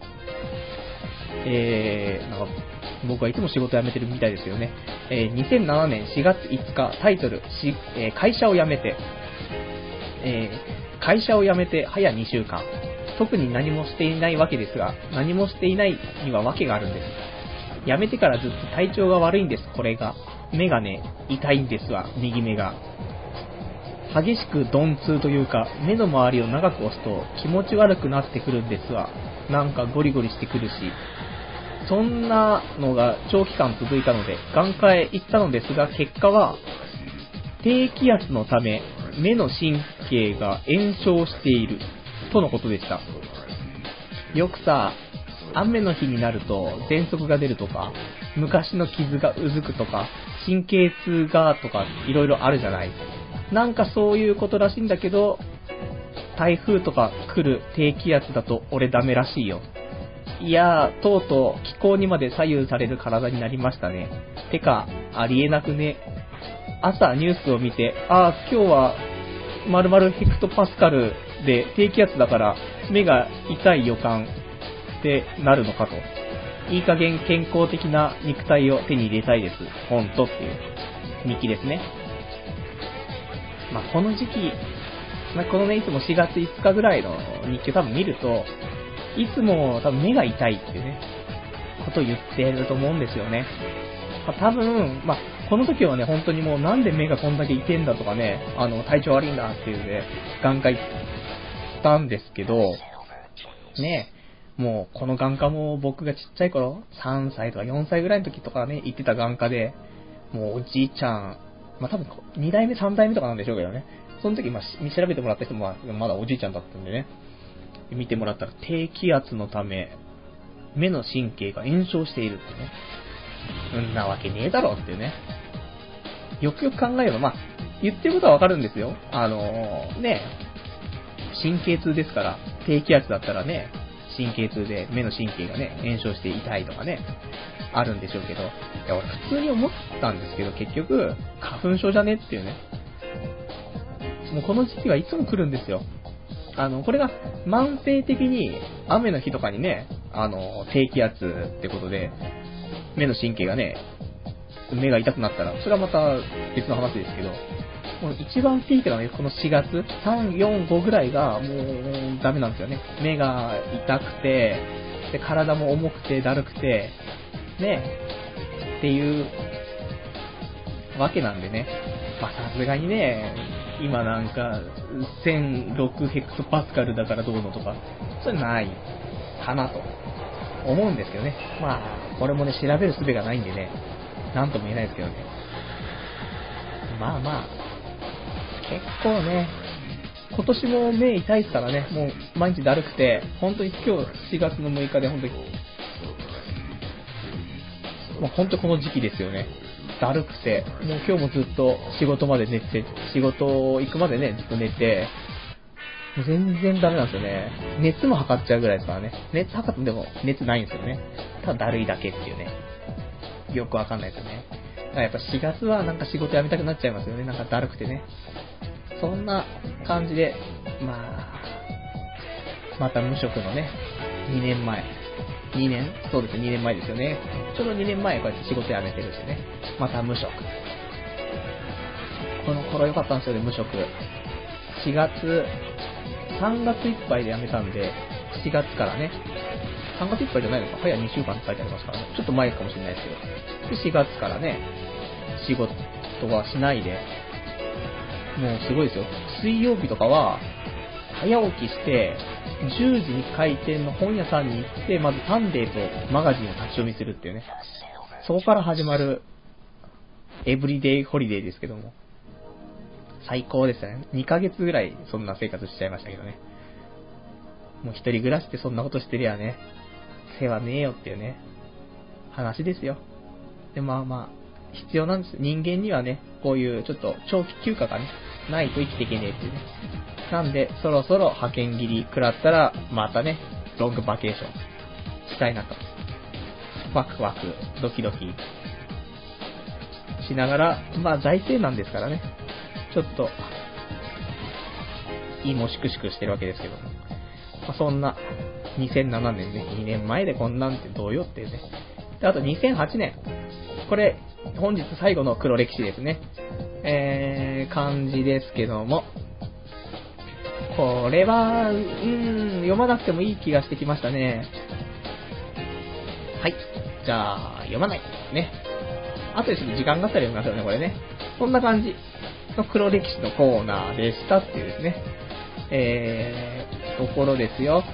えー、なんか僕はいつも仕事辞めてるみたいですよね。えー、にせんななねんしがついつか、タイトル、しえー、会社を辞めて、えー、会社を辞めて早にしゅうかん。特に何もしていないわけですが、何もしていないには訳があるんです。辞めてからずっと体調が悪いんです、これが。目がね、痛いんですわ、右目が。激しく鈍痛というか、目の周りを長く押すと気持ち悪くなってくるんですわ。なんかゴリゴリしてくるし。そんなのが長期間続いたので、眼科へ行ったのですが、結果は、低気圧のため、目の神経が炎症している、とのことでした。よくさ、 雨の日になると喘息が出るとか、昔の傷がうずくとか、神経痛がとか、いろいろあるじゃない。なんかそういうことらしいんだけど、台風とか来る低気圧だと俺ダメらしいよ。いやー、とうとう気候にまで左右される体になりましたね。てか、ありえなくね。朝ニュースを見て、あー、今日は〇〇ヘクトパスカルで低気圧だから目が痛い予感ってなるのかと。いい加減健康的な肉体を手に入れたいです。ほんとっていう日記ですね。まあ、この時期、まあ、このね、いつもしがついつかぐらいの日記を多分見ると、いつも多分目が痛いっていうね、ことを言ってると思うんですよね。まあ、多分、まあ、この時はね、本当にもうなんで目がこんだけ痛いんだとかね、あの、体調悪いんだっていうね、眼科行ったんですけど、ね、もうこの眼科も僕がちっちゃい頃、さんさいとかよんさいぐらいの時とかね、行ってた眼科で、もうおじいちゃん、まあ、多分にだいめさんだいめとかなんでしょうけどね、その時、まあ、調べてもらった人もまだおじいちゃんだったんでね、見てもらったら低気圧のため、目の神経が炎症しているってね。そんなわけねえだろっていうね。よくよく考えれば、まあ、言ってることはわかるんですよ。あのー、ね、神経痛ですから、低気圧だったらね、神経痛で目の神経がね、炎症して痛いとかね、あるんでしょうけど、いや、俺普通に思ったんですけど、結局、花粉症じゃねっていうね。もうこの時期はいつも来るんですよ。あの、これが慢性的に雨の日とかにね、あの、低気圧ってことで、目の神経がね、目が痛くなったら、それはまた別の話ですけど、もう一番ピークなのはこのしがつ、さん、よん、ごぐらいがもうダメなんですよね。目が痛くて、で体も重くてだるくて、ね、っていうわけなんでね、まあさすがにね、今なんかせんろくヘクトパスカルだからどうのとか、それないかなと思うんですけどね。まあ、これもね、調べる術がないんでね、なんとも言えないですけどね。まあまあ、結構ね、今年も目痛いですからね、もう毎日だるくて、本当に今日しがつのむいかで本当に、まあ、本当にこの時期ですよね。だるくて、もう今日もずっと仕事まで寝て、仕事行くまでね、ずっと寝て、もう全然ダメなんですよね。熱も測っちゃうぐらいですからね。熱測っても熱ないんですよね。ただだるいだけっていうね。よくわかんないですよね。だからやっぱしがつはなんか仕事辞めたくなっちゃいますよね。なんかだるくてね。そんな感じで、まあ、また無職のね、にねんまえ。にねんそうですね、にねんまえですよね。ちょうどにねんまえこうやって仕事辞めてるしね。また無職。この頃良かったんですよね、無職。しがつ、さんがついっぱいで辞めたんで、しがつからね、さんがついっぱいじゃないのか、早にしゅうかんって書いてありますからね。ちょっと前かもしれないですけど。で、しがつからね、仕事はしないで、もうすごいですよ。水曜日とかは、早起きして、じゅうじに開店の本屋さんに行って、まずサンデーとマガジンを立ち読みするっていうね。そこから始まる、エブリデイホリデーですけども。最高でしたね。にかげつぐらいそんな生活しちゃいましたけどね。もう一人暮らしってそんなことしてりゃね、世話ねえよっていうね、話ですよ。で、まあまあ、必要なんです。人間にはね、こういうちょっと長期休暇がね、ないと生きていけねえっていうね。なんで、そろそろ派遣切り食らったら、またね、ロングバケーションしたいなと。ワクワク、ドキドキしながら、まあ財政なんですからね、ちょっと、いいもしくしくしてるわけですけども。まあ、そんな、にせんななねんね、にねんまえでこんなんてどうよっていうね。で、あとにせんはちねん。これ、本日最後の黒歴史ですね。えー、漢字ですけども。これは、うーん、読まなくてもいい気がしてきましたね。はい。じゃあ、読まない。ね。あとでちょっと時間があったら読みましょうね、これね。そんな感じの黒歴史のコーナーでしたっていうですね。えー、ところですよ。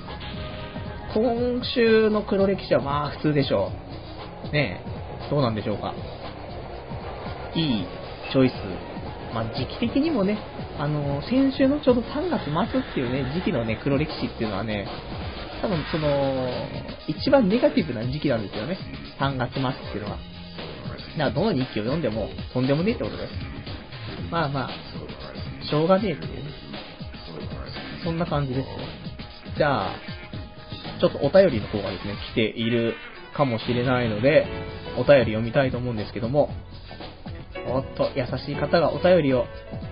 今週の黒歴史はまあ普通でしょう。ねえ、どうなんでしょうか。いいチョイス。まあ時期的にもね、あのー、先週のちょうどさんがつ末っていうね、時期のね、黒歴史っていうのはね、 多分その、一番ネガティブな時期なんですよね。さんがつ末っていうのは。だからどの日記を読んでも、とんでもねえってことです。まあまあ、しょうがねえっていうね。そんな感じですよ。じゃあ、ちょっとお便りの方がですね、来ているかもしれないので、お便り読みたいと思うんですけども、おっと、優しい方がお便りを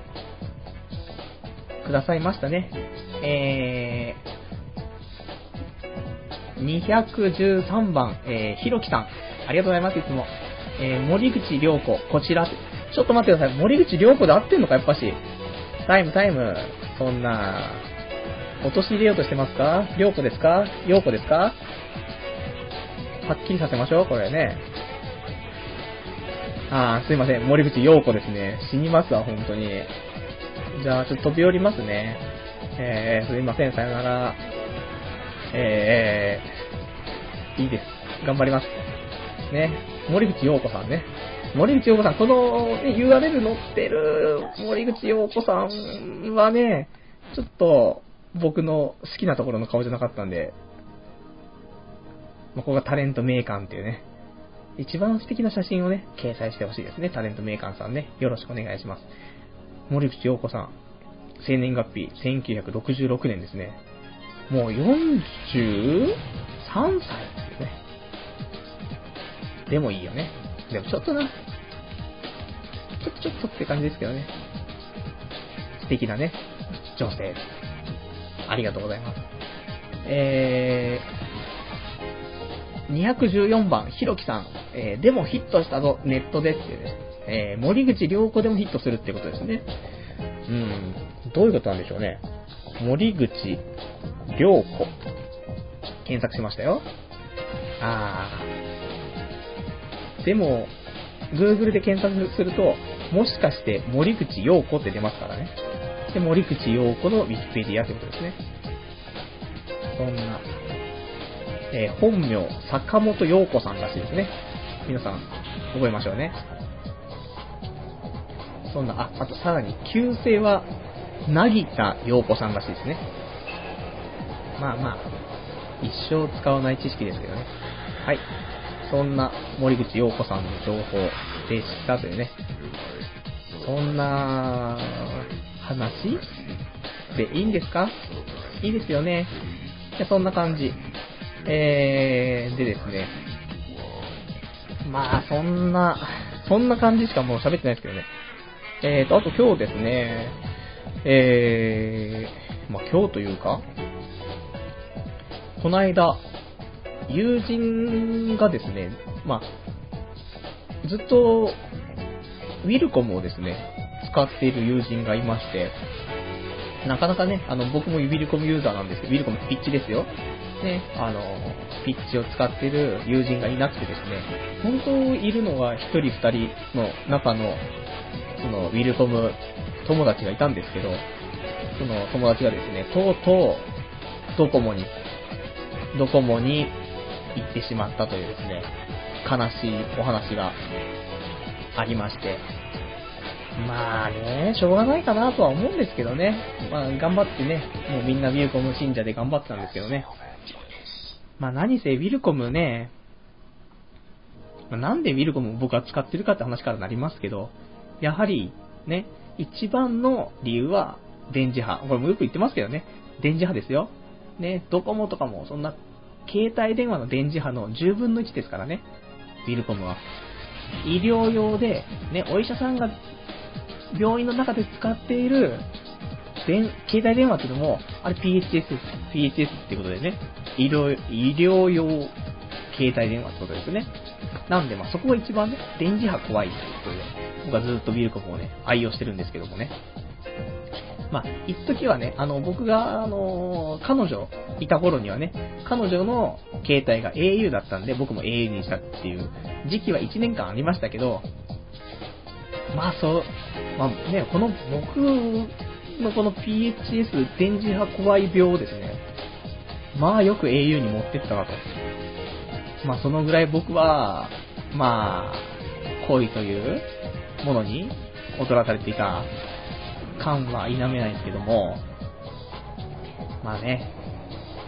くださいましたね。えー、にひゃくじゅうさんばん、えー、ひろきさん。ありがとうございます、いつも。えー、森口良子、こちら。ちょっと待ってください。森口良子で合ってんのか、やっぱし。タイム、タイム。そんな、落とし入れようとしてますか？良子ですか？良子ですか？はっきりさせましょう、これね。あー、すいません。森口陽子ですね。死にますわ、本当に。じゃあ、ちょっと飛び降りますね。えー、すいません、さよなら。えー、いいです。頑張ります。ね。森口陽子さんね。森口陽子さん、この、ね、ユーアールエル 載ってる森口陽子さんはね、ちょっと、僕の好きなところの顔じゃなかったんで、ここがタレント名鑑っていうね、一番素敵な写真をね、掲載してほしいですね。タレント名鑑さんね。よろしくお願いします。森口陽子さん。生年月日、せんきゅうひゃくろくじゅうろくねんですね。もうよんじゅうさんさいですよね。でもいいよね。でもちょっとな。ちょっとちょっとって感じですけどね。素敵なね、女性。ありがとうございます。えー、にひゃくじゅうよんばん、ひろきさん。えー、でもヒットしたぞ、ネットでっていうね。えー、森口良子でもヒットするってことですね。うん。どういうことなんでしょうね。森口良子。検索しましたよ。あー。でも、Google で検索すると、もしかして森口陽子って出ますからね。で、森口陽子の Wikipedia ってことですね。そんな、えー、本名、坂本陽子さんらしいですね。皆さん、覚えましょうね。そんな、あ、あとさらに、旧姓は、凪田陽子さんらしいですね。まあまあ、一生使わない知識ですけどね。はい。そんな、森口陽子さんの情報でしたというね。そんな、話でいいんですか？いいですよね。じゃそんな感じ。えー、でですね。まあ、そんな、そんな感じしかもう喋ってないですけどね。えーと、あと今日ですね、えー、まあ今日というか、この間、友人がですね、まあ、ずっと、ウィルコムをですね、使っている友人がいまして、なかなかね、あの、僕もウィルコムユーザーなんですけど、ウィルコムピッチですよ。ね、あの、ピッチを使っている友人がいなくてですね、本当いるのは一人二人の中の、その、ウィルコム友達がいたんですけど、その友達がですね、とうとう、ドコモに、ドコモに行ってしまったというですね、悲しいお話がありまして、まあね、しょうがないかなとは思うんですけどね。まあ頑張ってね、もうみんなウィルコム信者で頑張ってたんですけどね。まあ何せウィルコムね、まあ、なんでウィルコムを僕は使ってるかって話からなりますけど、やはりね、一番の理由は電磁波。これもよく言ってますけどね、電磁波ですよ。ね、ドコモとかもそんな携帯電話の電磁波のじゅうぶんのいちですからね、ウィルコムは。医療用で、ね、お医者さんが病院の中で使っている電携帯電話っていうのも、あれ ピーエイチエス です。ピーエイチエス っていうことでね、医療、医療用携帯電話ってことですね。なんで、まあそこが一番ね、電磁波怖いっていうことで、僕はずっとウィルコムをね、愛用してるんですけどもね。まあ、一時はね、あの、僕が、あの、彼女いた頃にはね、彼女の携帯が エーユー だったんで、僕も エーユー にしたっていう時期はいちねんかんありましたけど、まあそう、まあね、この僕のこの ピーエイチエス 電磁波怖い病をですね、まあよく エーユー に持ってったなと。まあそのぐらい僕は、まあ、恋というものに踊らされていた感は否めないんですけども、まあね、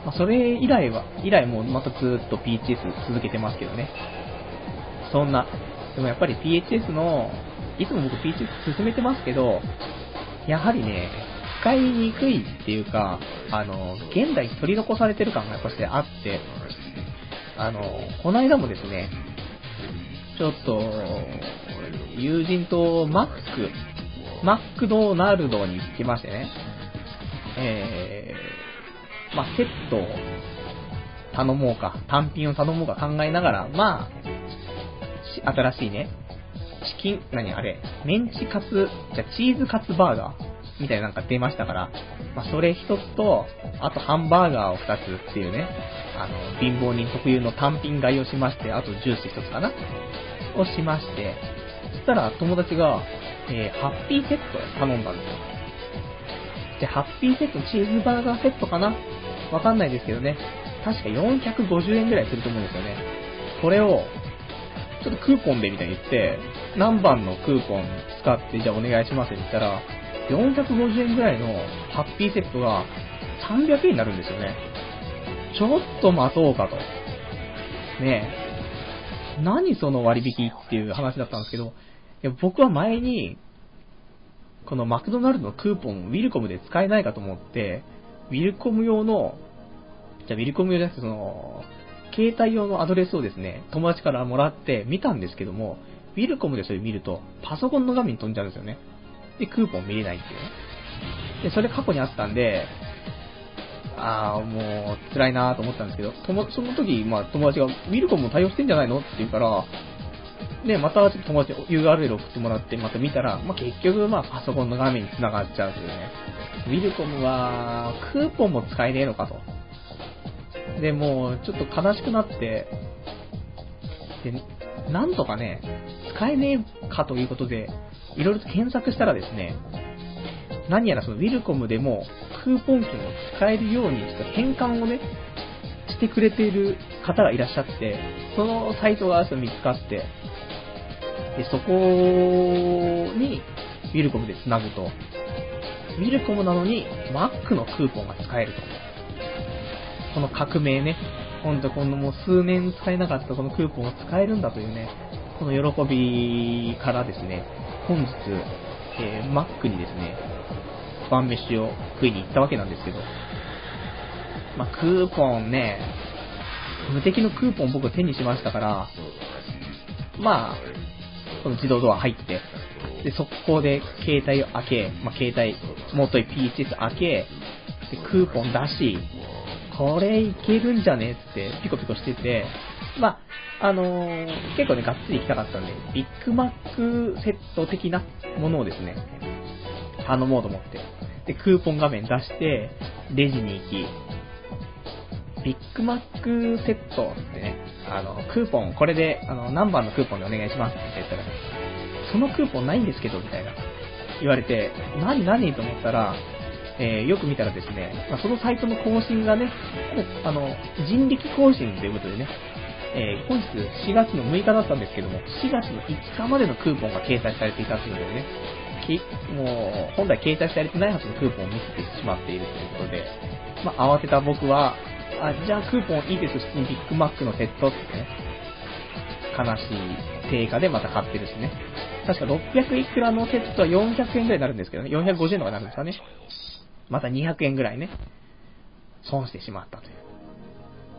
まあ、それ以来は、以来もうまたずーっと ピーエイチエス 続けてますけどね。そんな、でもやっぱり ピーエイチエス の、いつも僕 ピーエイチエス 進めてますけど、やはりね、使いにくいっていうか、あの、現代に取り残されてる感がやっぱしてあって、あの、この間もですね、ちょっと、友人とマック、マックドナルドに行きましてね、えー、まあ、セットを頼もうか、単品を頼もうか考えながら、まあ、新しいね、チキン、何あれ、メンチカツ、じゃチーズカツバーガーみたいななんか出ましたから、まあ、それ一つと、あとハンバーガーを二つっていうね、あの、貧乏人特有の単品買いをしまして、あとジュース一つかなをしまして、そしたら友達が、えー、ハッピーセット頼んだんですよ。で、ハッピーセット、チーズバーガーセットかなわかんないですけどね、確かよんひゃくごじゅうえんぐらいすると思うんですよね。これを、ちょっとクーポンでみたいに言って、何番のクーポン使ってじゃあお願いしますって言ったら、よんひゃくごじゅうえんぐらいのハッピーセットがさんびゃくえんになるんですよね。ちょっと待とうかと。ねえ。何その割引っていう話だったんですけど、いや僕は前に、このマクドナルドのクーポン、ウィルコムで使えないかと思って、ウィルコム用の、じゃあウィルコム用じゃなくてその、携帯用のアドレスをですね、友達からもらって見たんですけども、ウィルコムでそれ見ると、パソコンの画面に飛んじゃうんですよね。で、クーポン見れないっていうね。で、それ過去にあったんで、あー、もう、辛いなーと思ったんですけど、ともその時、まあ、友達が、ウィルコムも対応してんじゃないのって言うから、で、またちょっと友達に ユーアールエル 送ってもらって、また見たら、まあ、結局、まあ、パソコンの画面に繋がっちゃうというね。ウィルコムは、クーポンも使えねえのかと。で、もう、ちょっと悲しくなって、で、なんとかね、使えねえかということで、いろいろと検索したらですね、何やらそのウィルコムでもクーポン券を使えるようにちょっと変換をね、してくれている方がいらっしゃって、そのサイトが見つかって、で、そこにウィルコムで繋ぐと、ウィルコムなのに Mac のクーポンが使えると。この革命ね、ほんとこのもう数年使えなかったこのクーポンを使えるんだというね、この喜びからですね、本日、えー、Mac にですね、晩飯を食いに行ったわけなんですけど、まあ、クーポンね、無敵のクーポン僕手にしましたから、まあ、この自動ドア入って、で、速攻で携帯を開け、まあ、携帯、もとい ピーエイチエス 開け、で、クーポン出し、これいけるんじゃねってピコピコしてて、まあ、あのー、結構ね、がっつり行きたかったんで、ビッグマックセット的なものをですね、頼もうと思って。で、クーポン画面出して、レジに行き、ビッグマックセットってね、あの、クーポン、これで、あの、何番のクーポンでお願いしますって言ったらね、そのクーポンないんですけど、みたいな、言われて、何何と思ったら、えー、よく見たらですね、まあ、そのサイトの更新がね、あの、人力更新ということでね、えー、本日しがつのむいかだったんですけども、しがつのいつかまでのクーポンが掲載されていたということでね、もう、本来掲載されてないはずのクーポンを見せてしまっているということで、まあ、慌てた僕は、あ、じゃあクーポンいいです、普通にビッグマックのセットってね、悲しい定価でまた買ってるしね。確かろっぴゃくいくらのセットはよんひゃくえんぐらいになるんですけどね、よんひゃくごじゅうえんとかになるんですかね。またにひゃくえんぐらいね、損してしまったという。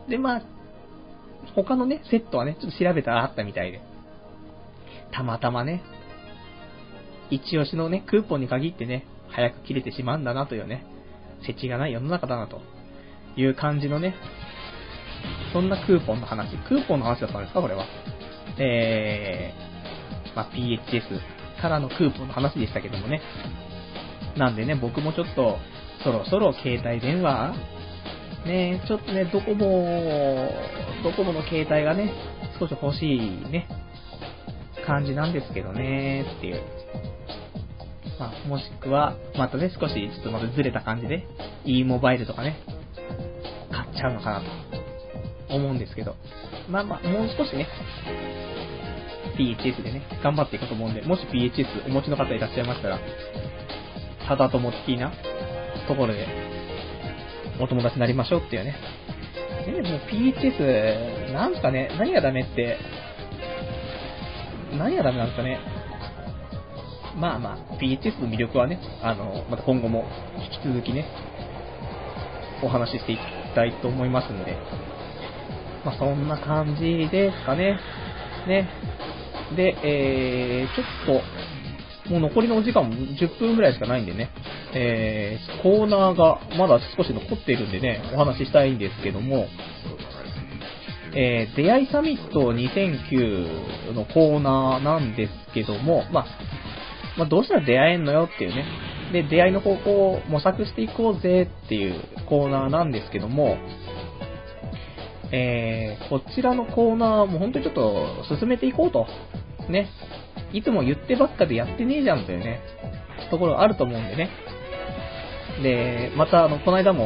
で、まあ、他のね、セットはね、ちょっと調べたらあったみたいで、たまたまね、一押しのね、クーポンに限ってね、早く切れてしまうんだなというね、世知がない世の中だなという感じのね、そんなクーポンの話、クーポンの話だったんですか、これは。えー、まあ、ピーエイチエス からのクーポンの話でしたけどもね。なんでね、僕もちょっと、そろそろ携帯電話ね、ちょっとね、ドコモ、ドコモの携帯がね、少し欲しいね、感じなんですけどね、っていう。まあ、もしくは、またね、少し、ちょっとまたずれた感じで、e モバイルとかね、買っちゃうのかなと、思うんですけど。まあまあ、もう少しね、ピーエイチエス でね、頑張っていくと思うんで、もし ピーエイチエス お持ちの方いらっしゃいましたら、ただとも的なところで、 お友達になりましょうっていうね。でも ピーエイチエス、なんすかね、何がダメって、何がダメなんですかね。まあまあ、ピーエイチエス の魅力はね、あの、また今後も引き続きね、お話ししていきたいと思いますんで、まあそんな感じですかね。ね。で、えー、ちょっと、もう残りのお時間もじゅっぷんぐらいしかないんでね、えー、コーナーがまだ少し残っているんでね、お話ししたいんですけども、えー、出会いサミットにせんきゅうのコーナーなんですけども、まあ、まあ、どうしたら出会えんのよっていうね、で、出会いの方法を模索していこうぜっていうコーナーなんですけども、えー、こちらのコーナーも本当にちょっと進めていこうと、ね、いつも言ってばっかでやってねえじゃんというね、ところあると思うんでね。で、またあの、この間も、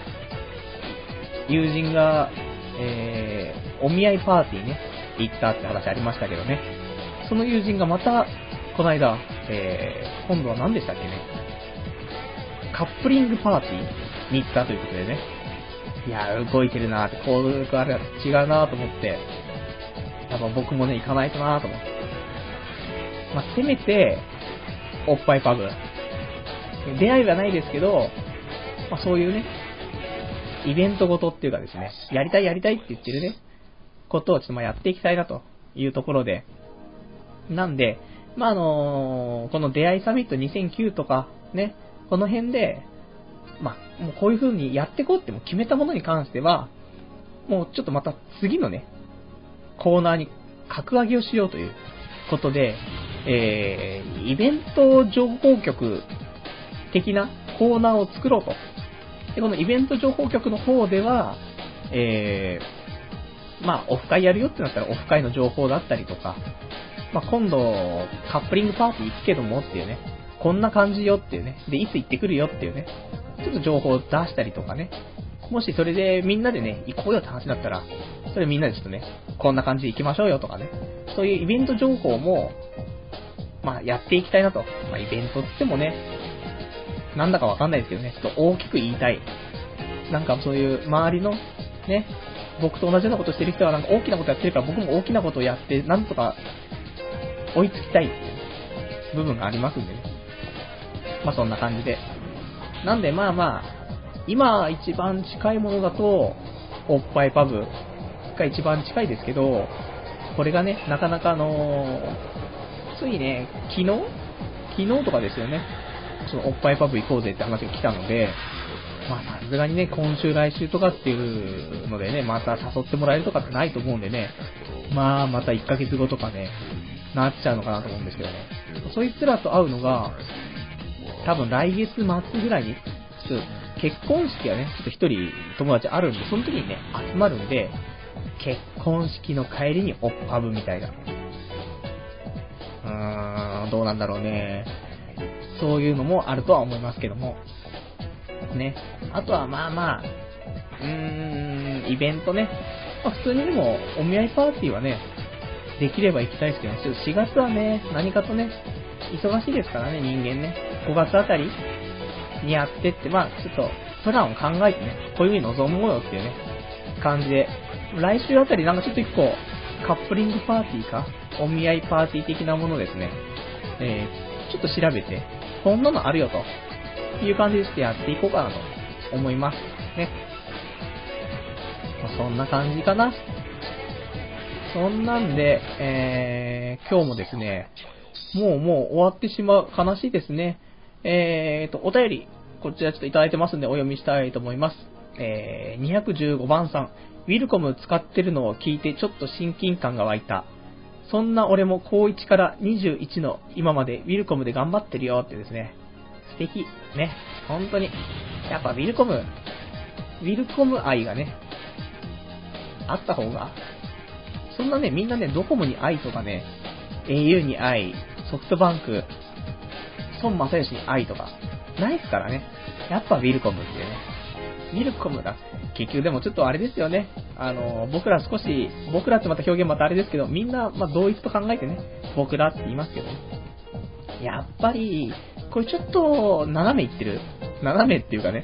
友人が、えー、お見合いパーティーね、行ったって話ありましたけどね。その友人がまた、この間、えー、今度は何でしたっけね。カップリングパーティーに行ったということでね。いやー、動いてるなーって、こういうあれは違うなーと思って、やっぱ僕もね、行かないとなーと思って。まあ、せめて、おっぱいパブ。出会いはないですけど、まあ、そういうね、イベントごとっていうかですね、やりたいやりたいって言ってるね、ことをちょっとまあやっていきたいなというところで、なんで、まあ、あのー、この出会いサミットにせんきゅうとか、ね、この辺で、まあ、もうこういう風にやっていこうっても決めたものに関しては、もうちょっとまた次のね、コーナーに格上げをしようということで、えー、イベント情報局的なコーナーを作ろうと。で、このイベント情報局の方では、えー、まあ、オフ会やるよってなったらオフ会の情報だったりとか、まあ、今度、カップリングパーティー行くけどもっていうね、こんな感じよっていうね、で、いつ行ってくるよっていうね、ちょっと情報を出したりとかね、もしそれでみんなでね、行こうよって話だったら、それみんなでちょっとね、こんな感じで行きましょうよとかね、そういうイベント情報も、まあ、やっていきたいなと。まあ、イベントって言ってもね、なんだかわかんないですけどね、ちょっと大きく言いたい。なんかそういう周りの、ね、僕と同じようなことしてる人はなんか大きなことやってるから僕も大きなことをやって、なんとか追いつきたいっていう部分がありますんでね。まあそんな感じで。なんでまあまあ、今一番近いものだと、おっぱいパブが一番近いですけど、これがね、なかなかあのー、ついね、昨日昨日とかですよね。そのおっぱいパブ行こうぜって話が来たので、まあさすがにね、今週来週とかっていうのでね、また誘ってもらえるとかってないと思うんでね、まあまたいっかげつごとかね、なっちゃうのかなと思うんですけどね。そいつらと会うのが、多分来月末ぐらいに、ちょっと結婚式がね、ちょっと一人友達あるんで、その時にね、集まるんで、結婚式の帰りにおっぱぶみたいな。うーん、どうなんだろうね。そういうのもあるとは思いますけども。ね。あとはまあまあ、うーん、イベントね。まあ、普通にでも、お見合いパーティーはね、できれば行きたいですけどね。ちょっとしがつはね、何かとね、忙しいですからね、人間ね。ごがつあたりにやってって、まあちょっと、プランを考えてね、こういう風に臨もうよっていうね、感じで。来週あたりなんかちょっと一個、カップリングパーティーか、お見合いパーティー的なものですね。えー、ちょっと調べて、こんなのあるよと。いう感じでしてやっていこうかなと思いますね。まあ、そんな感じかな。そんなんで、えー、今日もですね、もうもう終わってしまう。悲しいですね。えーと、お便り、こちらちょっといただいてますんでお読みしたいと思います。えー、にひゃくじゅうごばんさん。ウィルコム使ってるのを聞いてちょっと親近感が湧いた。そんな俺も高いちからにじゅういちの今までウィルコムで頑張ってるよってですね。素敵。ね。本当に。やっぱウィルコム、ウィルコム愛がね、あった方が、そんなね、みんなね、ドコモに愛とかね、エーユー に愛、ソフトバンク、孫正義に愛とか、ないですからね。やっぱウィルコムっていうね。ウィルコムだ。結局でもちょっとあれですよね。あの、僕ら少し、僕らってまた表現またあれですけど、みんな、まあ、同一と考えてね、僕らって言いますけどね。やっぱり、これちょっと、斜めいってる。斜めっていうかね、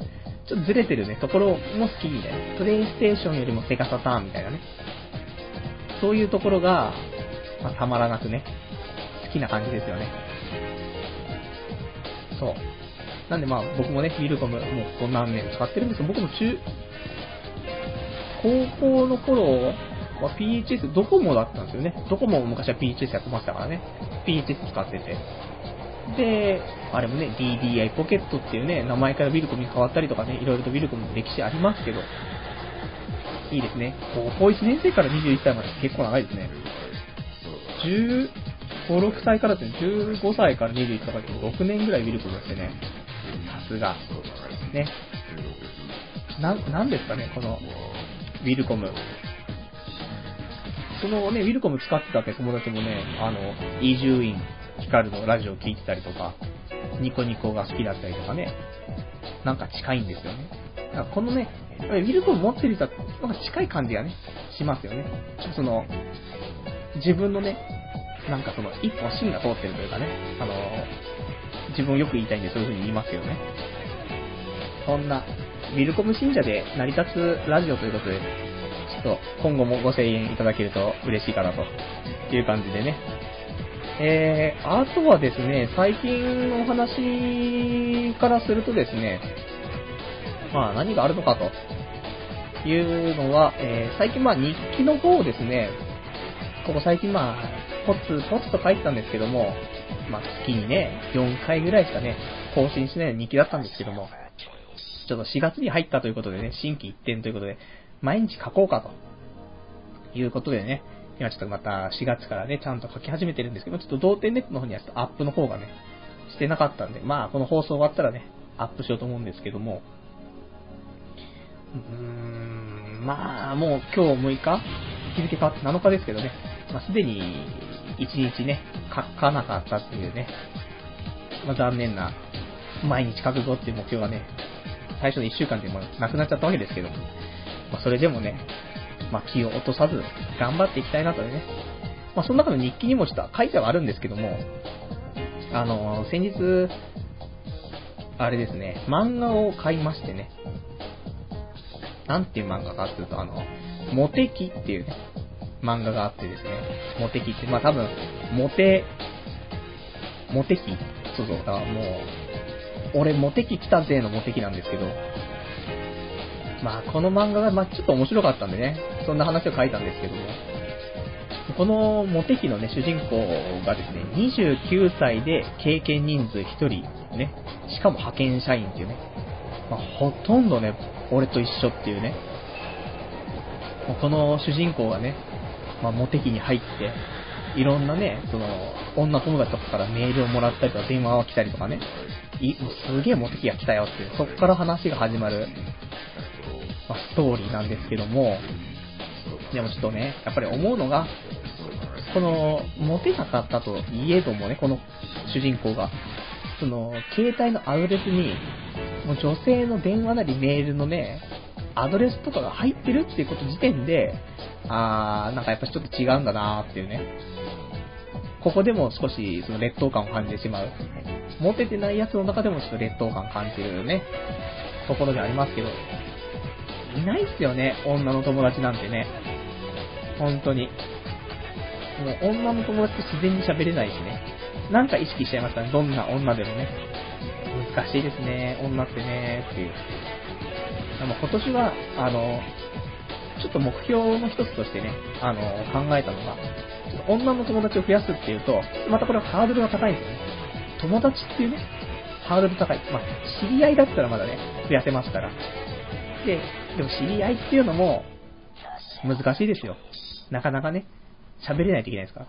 ちょっとずれてるね、ところも好きみたいな。プレイステーションよりもセガサターンみたいなね。そういうところが、まあ、たまらなくね、好きな感じですよね。そう。なんでまあ僕もね、ウィルコムもうこん何年使ってるんですけど、僕も中、高校の頃は ピーエイチエス ドコモだったんですよね。ドコモも昔は ピーエイチエス やってましたからね。ピーエイチエス 使ってて。で、あれもね、ディーディーアイ ポケットっていうね、名前からウィルコムに変わったりとかね、いろいろとウィルコムの歴史ありますけど、いいですね。高校いちねん生からにじゅういっさいまで結構長いですね。じゅうご、ろくさいからですね、じゅうごさいからにじゅういっさいからろくねんぐらいウィルコムしてね、さすが。ね。な、なんですかね、この、ウィルコム。そのね、ウィルコム使ってたって友達もね、あの、伊集院光のラジオ聞いてたりとか、ニコニコが好きだったりとかね、なんか近いんですよね。だからこのね、ウィルコム持ってる人は、なんか近い感じがね、しますよね。その、自分のね、なんかその、一本芯が通ってるというかね、あの、自分をよく言いたいんでそういう風に言いますよね。そんな、ウィルコム信者で成り立つラジオということで、ちょっと今後もご声援いただけると嬉しいかなという感じでね。えー、あとはですね、最近のお話からするとですね、まあ何があるのかというのは、えー、最近まあ日記の方ですね、ここ最近まあ、ポツポツと書いてたんですけども、まあ月にね、よんかいぐらいしかね、更新しない日記だったんですけども、ちょっとしがつに入ったということでね、心機一転ということで、毎日書こうかということでね、今ちょっとまたしがつからね、ちゃんと書き始めてるんですけど、ちょっと同点ネットの方にはちょっとアップの方がね、してなかったんで、まあこの放送終わったらね、アップしようと思うんですけども、うーん、まあもう今日むいか日付変わってなのかですけどね、まあすでにいちにちね、書かなかったっていうね、まあ残念な、毎日書くぞっていう目標がね、最初のいっしゅうかんでもなくなっちゃったわけですけど、まあそれでもね、まあ気を落とさず頑張っていきたいなとね。まあその中の日記にもちょっと書いてはあるんですけども、あの先日あれですね、漫画を買いましてね。なんていう漫画かっていうと、あのモテキっていうね漫画があってですね、モテキってまあ多分モテモテキそうそうだからもう俺モテキ来たぜのモテキなんですけど。まあこの漫画がまあちょっと面白かったんでね、そんな話を書いたんですけども、このモテキのね主人公がですね、にじゅうきゅうさいで経験人数ひとりね、しかも派遣社員っていうね、まあ、ほとんどね俺と一緒っていうね、この主人公がね、まあ、モテキに入っていろんなね、その女友達とかからメールをもらったりとか電話が来たりとかね、いもうすげえモテキが来たよっていう、そっから話が始まる。まあ、ストーリーなんですけども、でもちょっとね、やっぱり思うのが、この、モテなかったといえどもね、この主人公が、その、携帯のアドレスに、もう女性の電話なりメールのね、アドレスとかが入ってるっていうこと時点で、あー、なんかやっぱちょっと違うんだなーっていうね、ここでも少しその劣等感を感じてしまう。モテてないやつの中でもちょっと劣等感を感じるね、ところでありますけど、いないっすよね、女の友達なんてね。本当に。もう女の友達と自然に喋れないしね。なんか意識しちゃいましたね、どんな女でもね。難しいですね、女ってね、っていう。でも今年は、あの、ちょっと目標の一つとしてね、あの、考えたのが、ちょっと女の友達を増やすっていうと、またこれはハードルが高いんですよね。友達っていうね、ハードル高い。まあ、知り合いだったらまだね、増やせますから。で、でも知り合いっていうのも難しいですよ。なかなかね、喋れないといけないですから。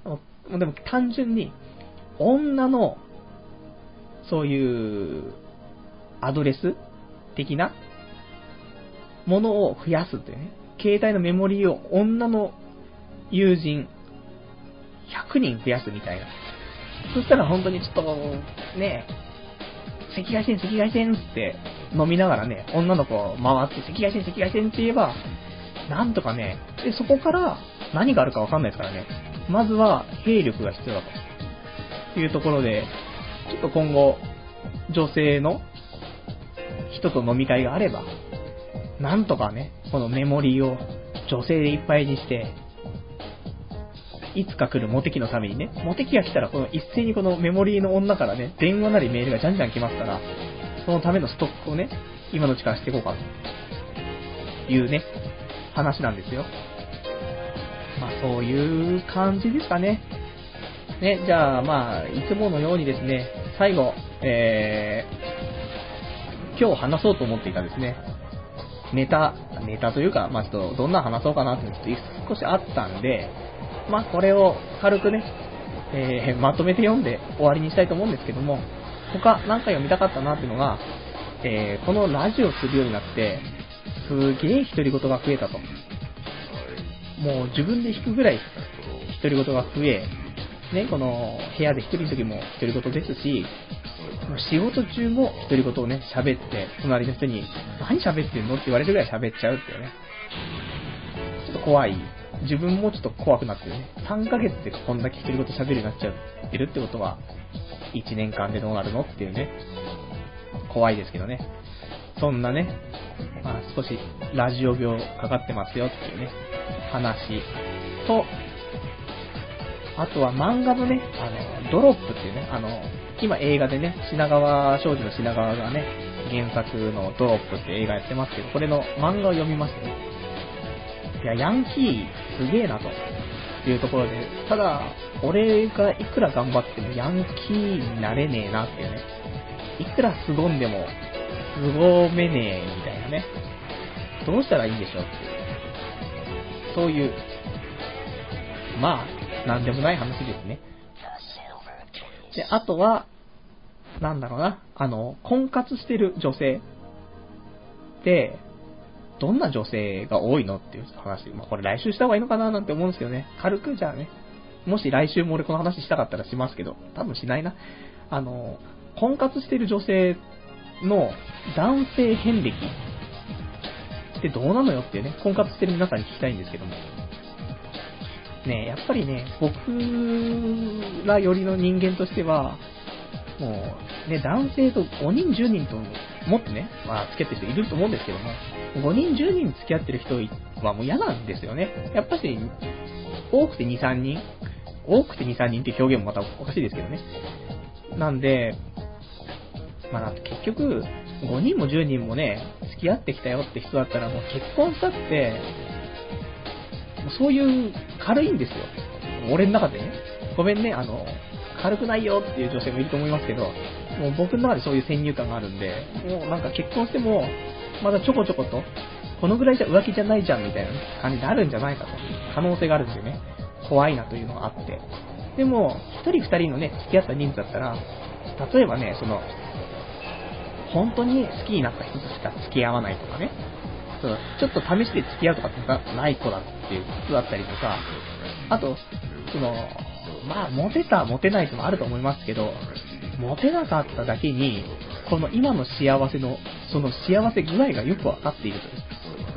でも、でも単純に女のそういうアドレス的なものを増やすっていうね。携帯のメモリーを女の友人ひゃくにん増やすみたいな。そしたら本当にちょっとね、赤外線赤外線って飲みながらね、女の子を回って赤外線赤外線って言えば、なんとかね、でそこから何があるかわかんないですからね。まずは兵力が必要だというところで、ちょっと今後女性の人と飲み会があれば、なんとかね、このメモリーを女性でいっぱいにして、いつか来るモテ期のためにね、モテ期が来たらこの一斉にこのメモリーの女からね、電話なりメールがじゃんじゃん来ますから、そのためのストックをね、今のうちからしていこうかというね、話なんですよ。まあそういう感じですかね。ね、じゃあまあ、いつものようにですね、最後、えー、今日話そうと思っていたですね、ネタ、ネタというか、まあちょっとどんな話そうかなってちょっと少しあったんで、まあこれを軽くね、えー、まとめて読んで終わりにしたいと思うんですけども、他何か読みたかったなっていうのが、えー、このラジオするようになって、すげえ独り言が増えたと。もう自分で弾くぐらい独り言が増え、ね、この部屋で一人の時も独り言ですし、もう仕事中も独り言をね、喋って、隣の人に何喋ってんのって言われるぐらい喋っちゃうっていうね。ちょっと怖い。自分もちょっと怖くなってるね。さんかげつでこんだけ独り言喋るようになっちゃってるってことは、いちねんかんでどうなるのっていうね。怖いですけどね。そんなね、まあ少しラジオ病かかってますよっていうね、話と、あとは漫画のね、あの、ドロップっていうね、あの、今映画でね、品川庄司の品川がね、原作のドロップって映画やってますけど、これの漫画を読みましてね。いや、ヤンキーすげえなというところで、ただ、俺がいくら頑張ってもヤンキーになれねえなっていうね。いくら凄んでも、凄めねえみたいなね。どうしたらいいんでしょうっていう。そういう、まあ、なんでもない話ですね。で、あとは、なんだろうな、あの、婚活してる女性で、どんな女性が多いのっていう話。まあ、これ来週した方がいいのかななんて思うんですけどね。軽くじゃあね。もし来週も俺この話したかったらしますけど、多分しないな。あの、婚活してる女性の男性遍歴ってどうなのよっていうね、婚活してる皆さんに聞きたいんですけども。ね、やっぱりね、僕らよりの人間としては、もう、ね、男性とごにんじゅうにんともってね、まあ、付き合ってる人いると思うんですけども、ごにんじゅうにん付き合ってる人はもう嫌なんですよね。やっぱし、多くてに、さんにん、多くてに、さんにんっていう表現もまたおかしいですけどね。なんで、まあ、結局、ごにんもじゅうにんもね、付き合ってきたよって人だったらもう結婚したって、もうそういう軽いんですよ。俺の中でね。ごめんね、あの、軽くないよっていう女性もいると思いますけど、もう僕の中でそういう先入観があるんで、もうなんか結婚しても、まだちょこちょこと、このぐらいじゃ浮気じゃないじゃんみたいな感じになるんじゃないかと。可能性があるんでね、怖いなというのがあって。でも、一人二人のね、付き合った人数だったら、例えばね、その、本当に好きになった人としか付き合わないとかね、そのちょっと試して付き合うとかってない子だっていう人だったりとか、あと、その、まあ、モテた、モテないともあると思いますけど、モテなかっただけに、この今の幸せの、その幸せ具合がよくわかっているとです。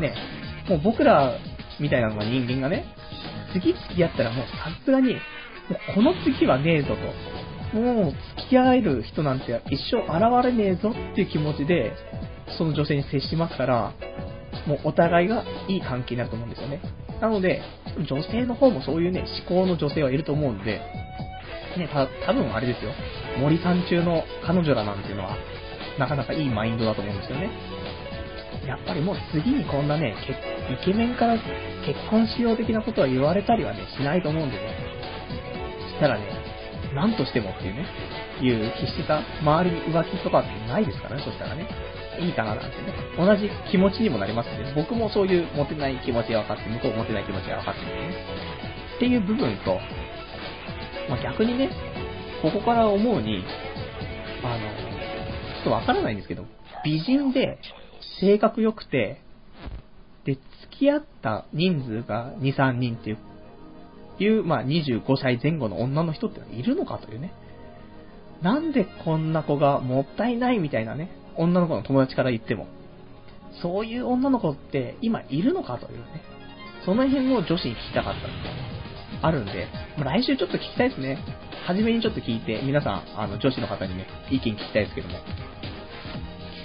ね、もう僕らみたいなのが人間がね、次付き合ったらもうさすがに、もうこの次はねえぞと。もう付き合える人なんて一生現れねえぞっていう気持ちで、その女性に接しますから、もうお互いがいい関係になると思うんですよね。なので、女性の方もそういうね、思考の女性はいると思うんで、ね、た、多分あれですよ。森さん中の彼女らなんていうのは、なかなかいいマインドだと思うんですよね。やっぱりもう次にこんなね、イケメンから結婚しよう的なことは言われたりはね、しないと思うんでね。そしたらね、なんとしてもっていうね、いう必死さ、周りに浮気とかってないですからね、そしたらね。いいかななんてね。同じ気持ちにもなりますね。僕もそういうモテない気持ちが分かって、向こうモテない気持ちが分かってるんでね。っていう部分と、まあ、逆にね、ここから思うに、あの、ちょっとわからないんですけど、美人で、性格良くて、で、付き合った人数がに、さんにんっていう、いう、まあ、にじゅうごさいぜん後の女の人ってのはいるのかというね。なんでこんな子がもったいないみたいなね、女の子の友達から言っても、そういう女の子って今いるのかというね、その辺を女子に聞きたかったんで、あるんで、まあ、来週ちょっと聞きたいですね。初めにちょっと聞いて、皆さん、あの、女子の方にね、意見聞きたいですけども。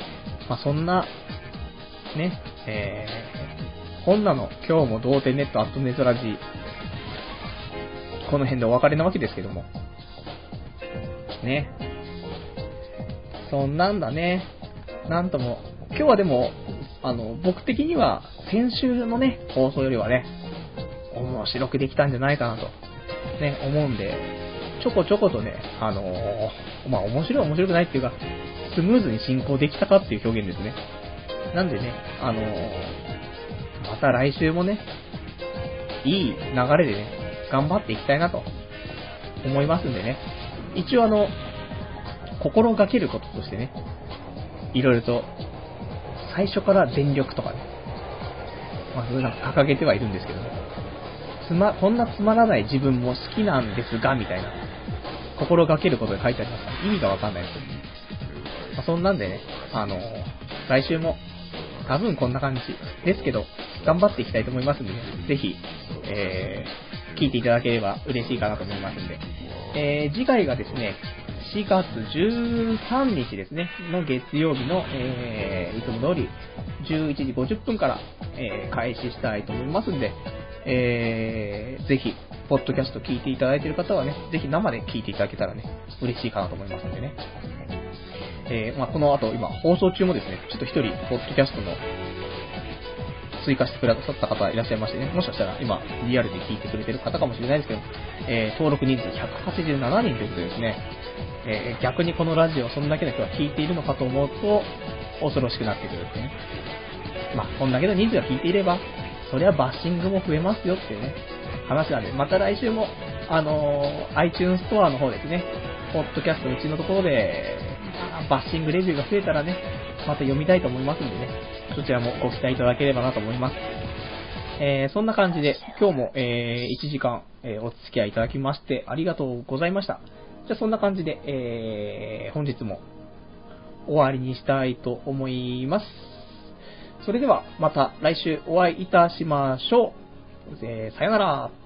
まあ、そんな、ね、えー、本なの今日も同点ネットアットネトラジ、この辺でお別れなわけですけども。ね。そんなんだね。なんとも、今日はでも、あの、僕的には先週のね、放送よりはね、面白くできたんじゃないかなと、ね、思うんで、ちょこちょことね、あのー、まあ、面白い面白くないっていうか、スムーズに進行できたかっていう表現ですね。なんでね、あのー、また来週もね、いい流れでね、頑張っていきたいなと思いますんでね。一応あの、心がけることとしてね、いろいろと、最初から全力とかね、まあ、そういうの掲げてはいるんですけどね。つま、こんなつまらない自分も好きなんですが、みたいな、心がけることで書いてありますから、意味がわかんないですけど、まあ、そんなんでね、あのー、来週も、多分こんな感じですけど、頑張っていきたいと思いますんでね、ぜひ、えー、聞いていただければ嬉しいかなと思いますんで、えー、次回がですね、しがつじゅうさんにちですね、の月曜日の、えー、いつも通り、じゅういちじごじゅっぷんから、えー、開始したいと思いますんで、えー、ぜひ、ポッドキャスト聞いていただいている方はね、ぜひ生で聞いていただけたらね、嬉しいかなと思いますんでね。えー、まあ、この後、今、放送中もですね、ちょっと一人、ポッドキャストの追加してくださった方いらっしゃいましてね、もしかしたら今、リアルで聞いてくれてる方かもしれないですけど、えー、登録人数ひゃくはちじゅうななにんということでですね、えー、逆にこのラジオをそんだけの人が聞いているのかと思うと、恐ろしくなってくるんですね。まあ、こんだけの人数が聞いていれば、そりゃバッシングも増えますよっていうね、話なんで、また来週も、あのー、iTunes ストアの方ですね、ポッドキャストうちのところで、バッシングレビューが増えたらね、また読みたいと思いますんでね、そちらもご期待いただければなと思います。えー、そんな感じで、今日も、えー、いちじかん、えー、お付き合いいただきまして、ありがとうございました。じゃあそんな感じで、えー、本日も終わりにしたいと思います。それでは、また来週お会いいたしましょう。えー、さよなら。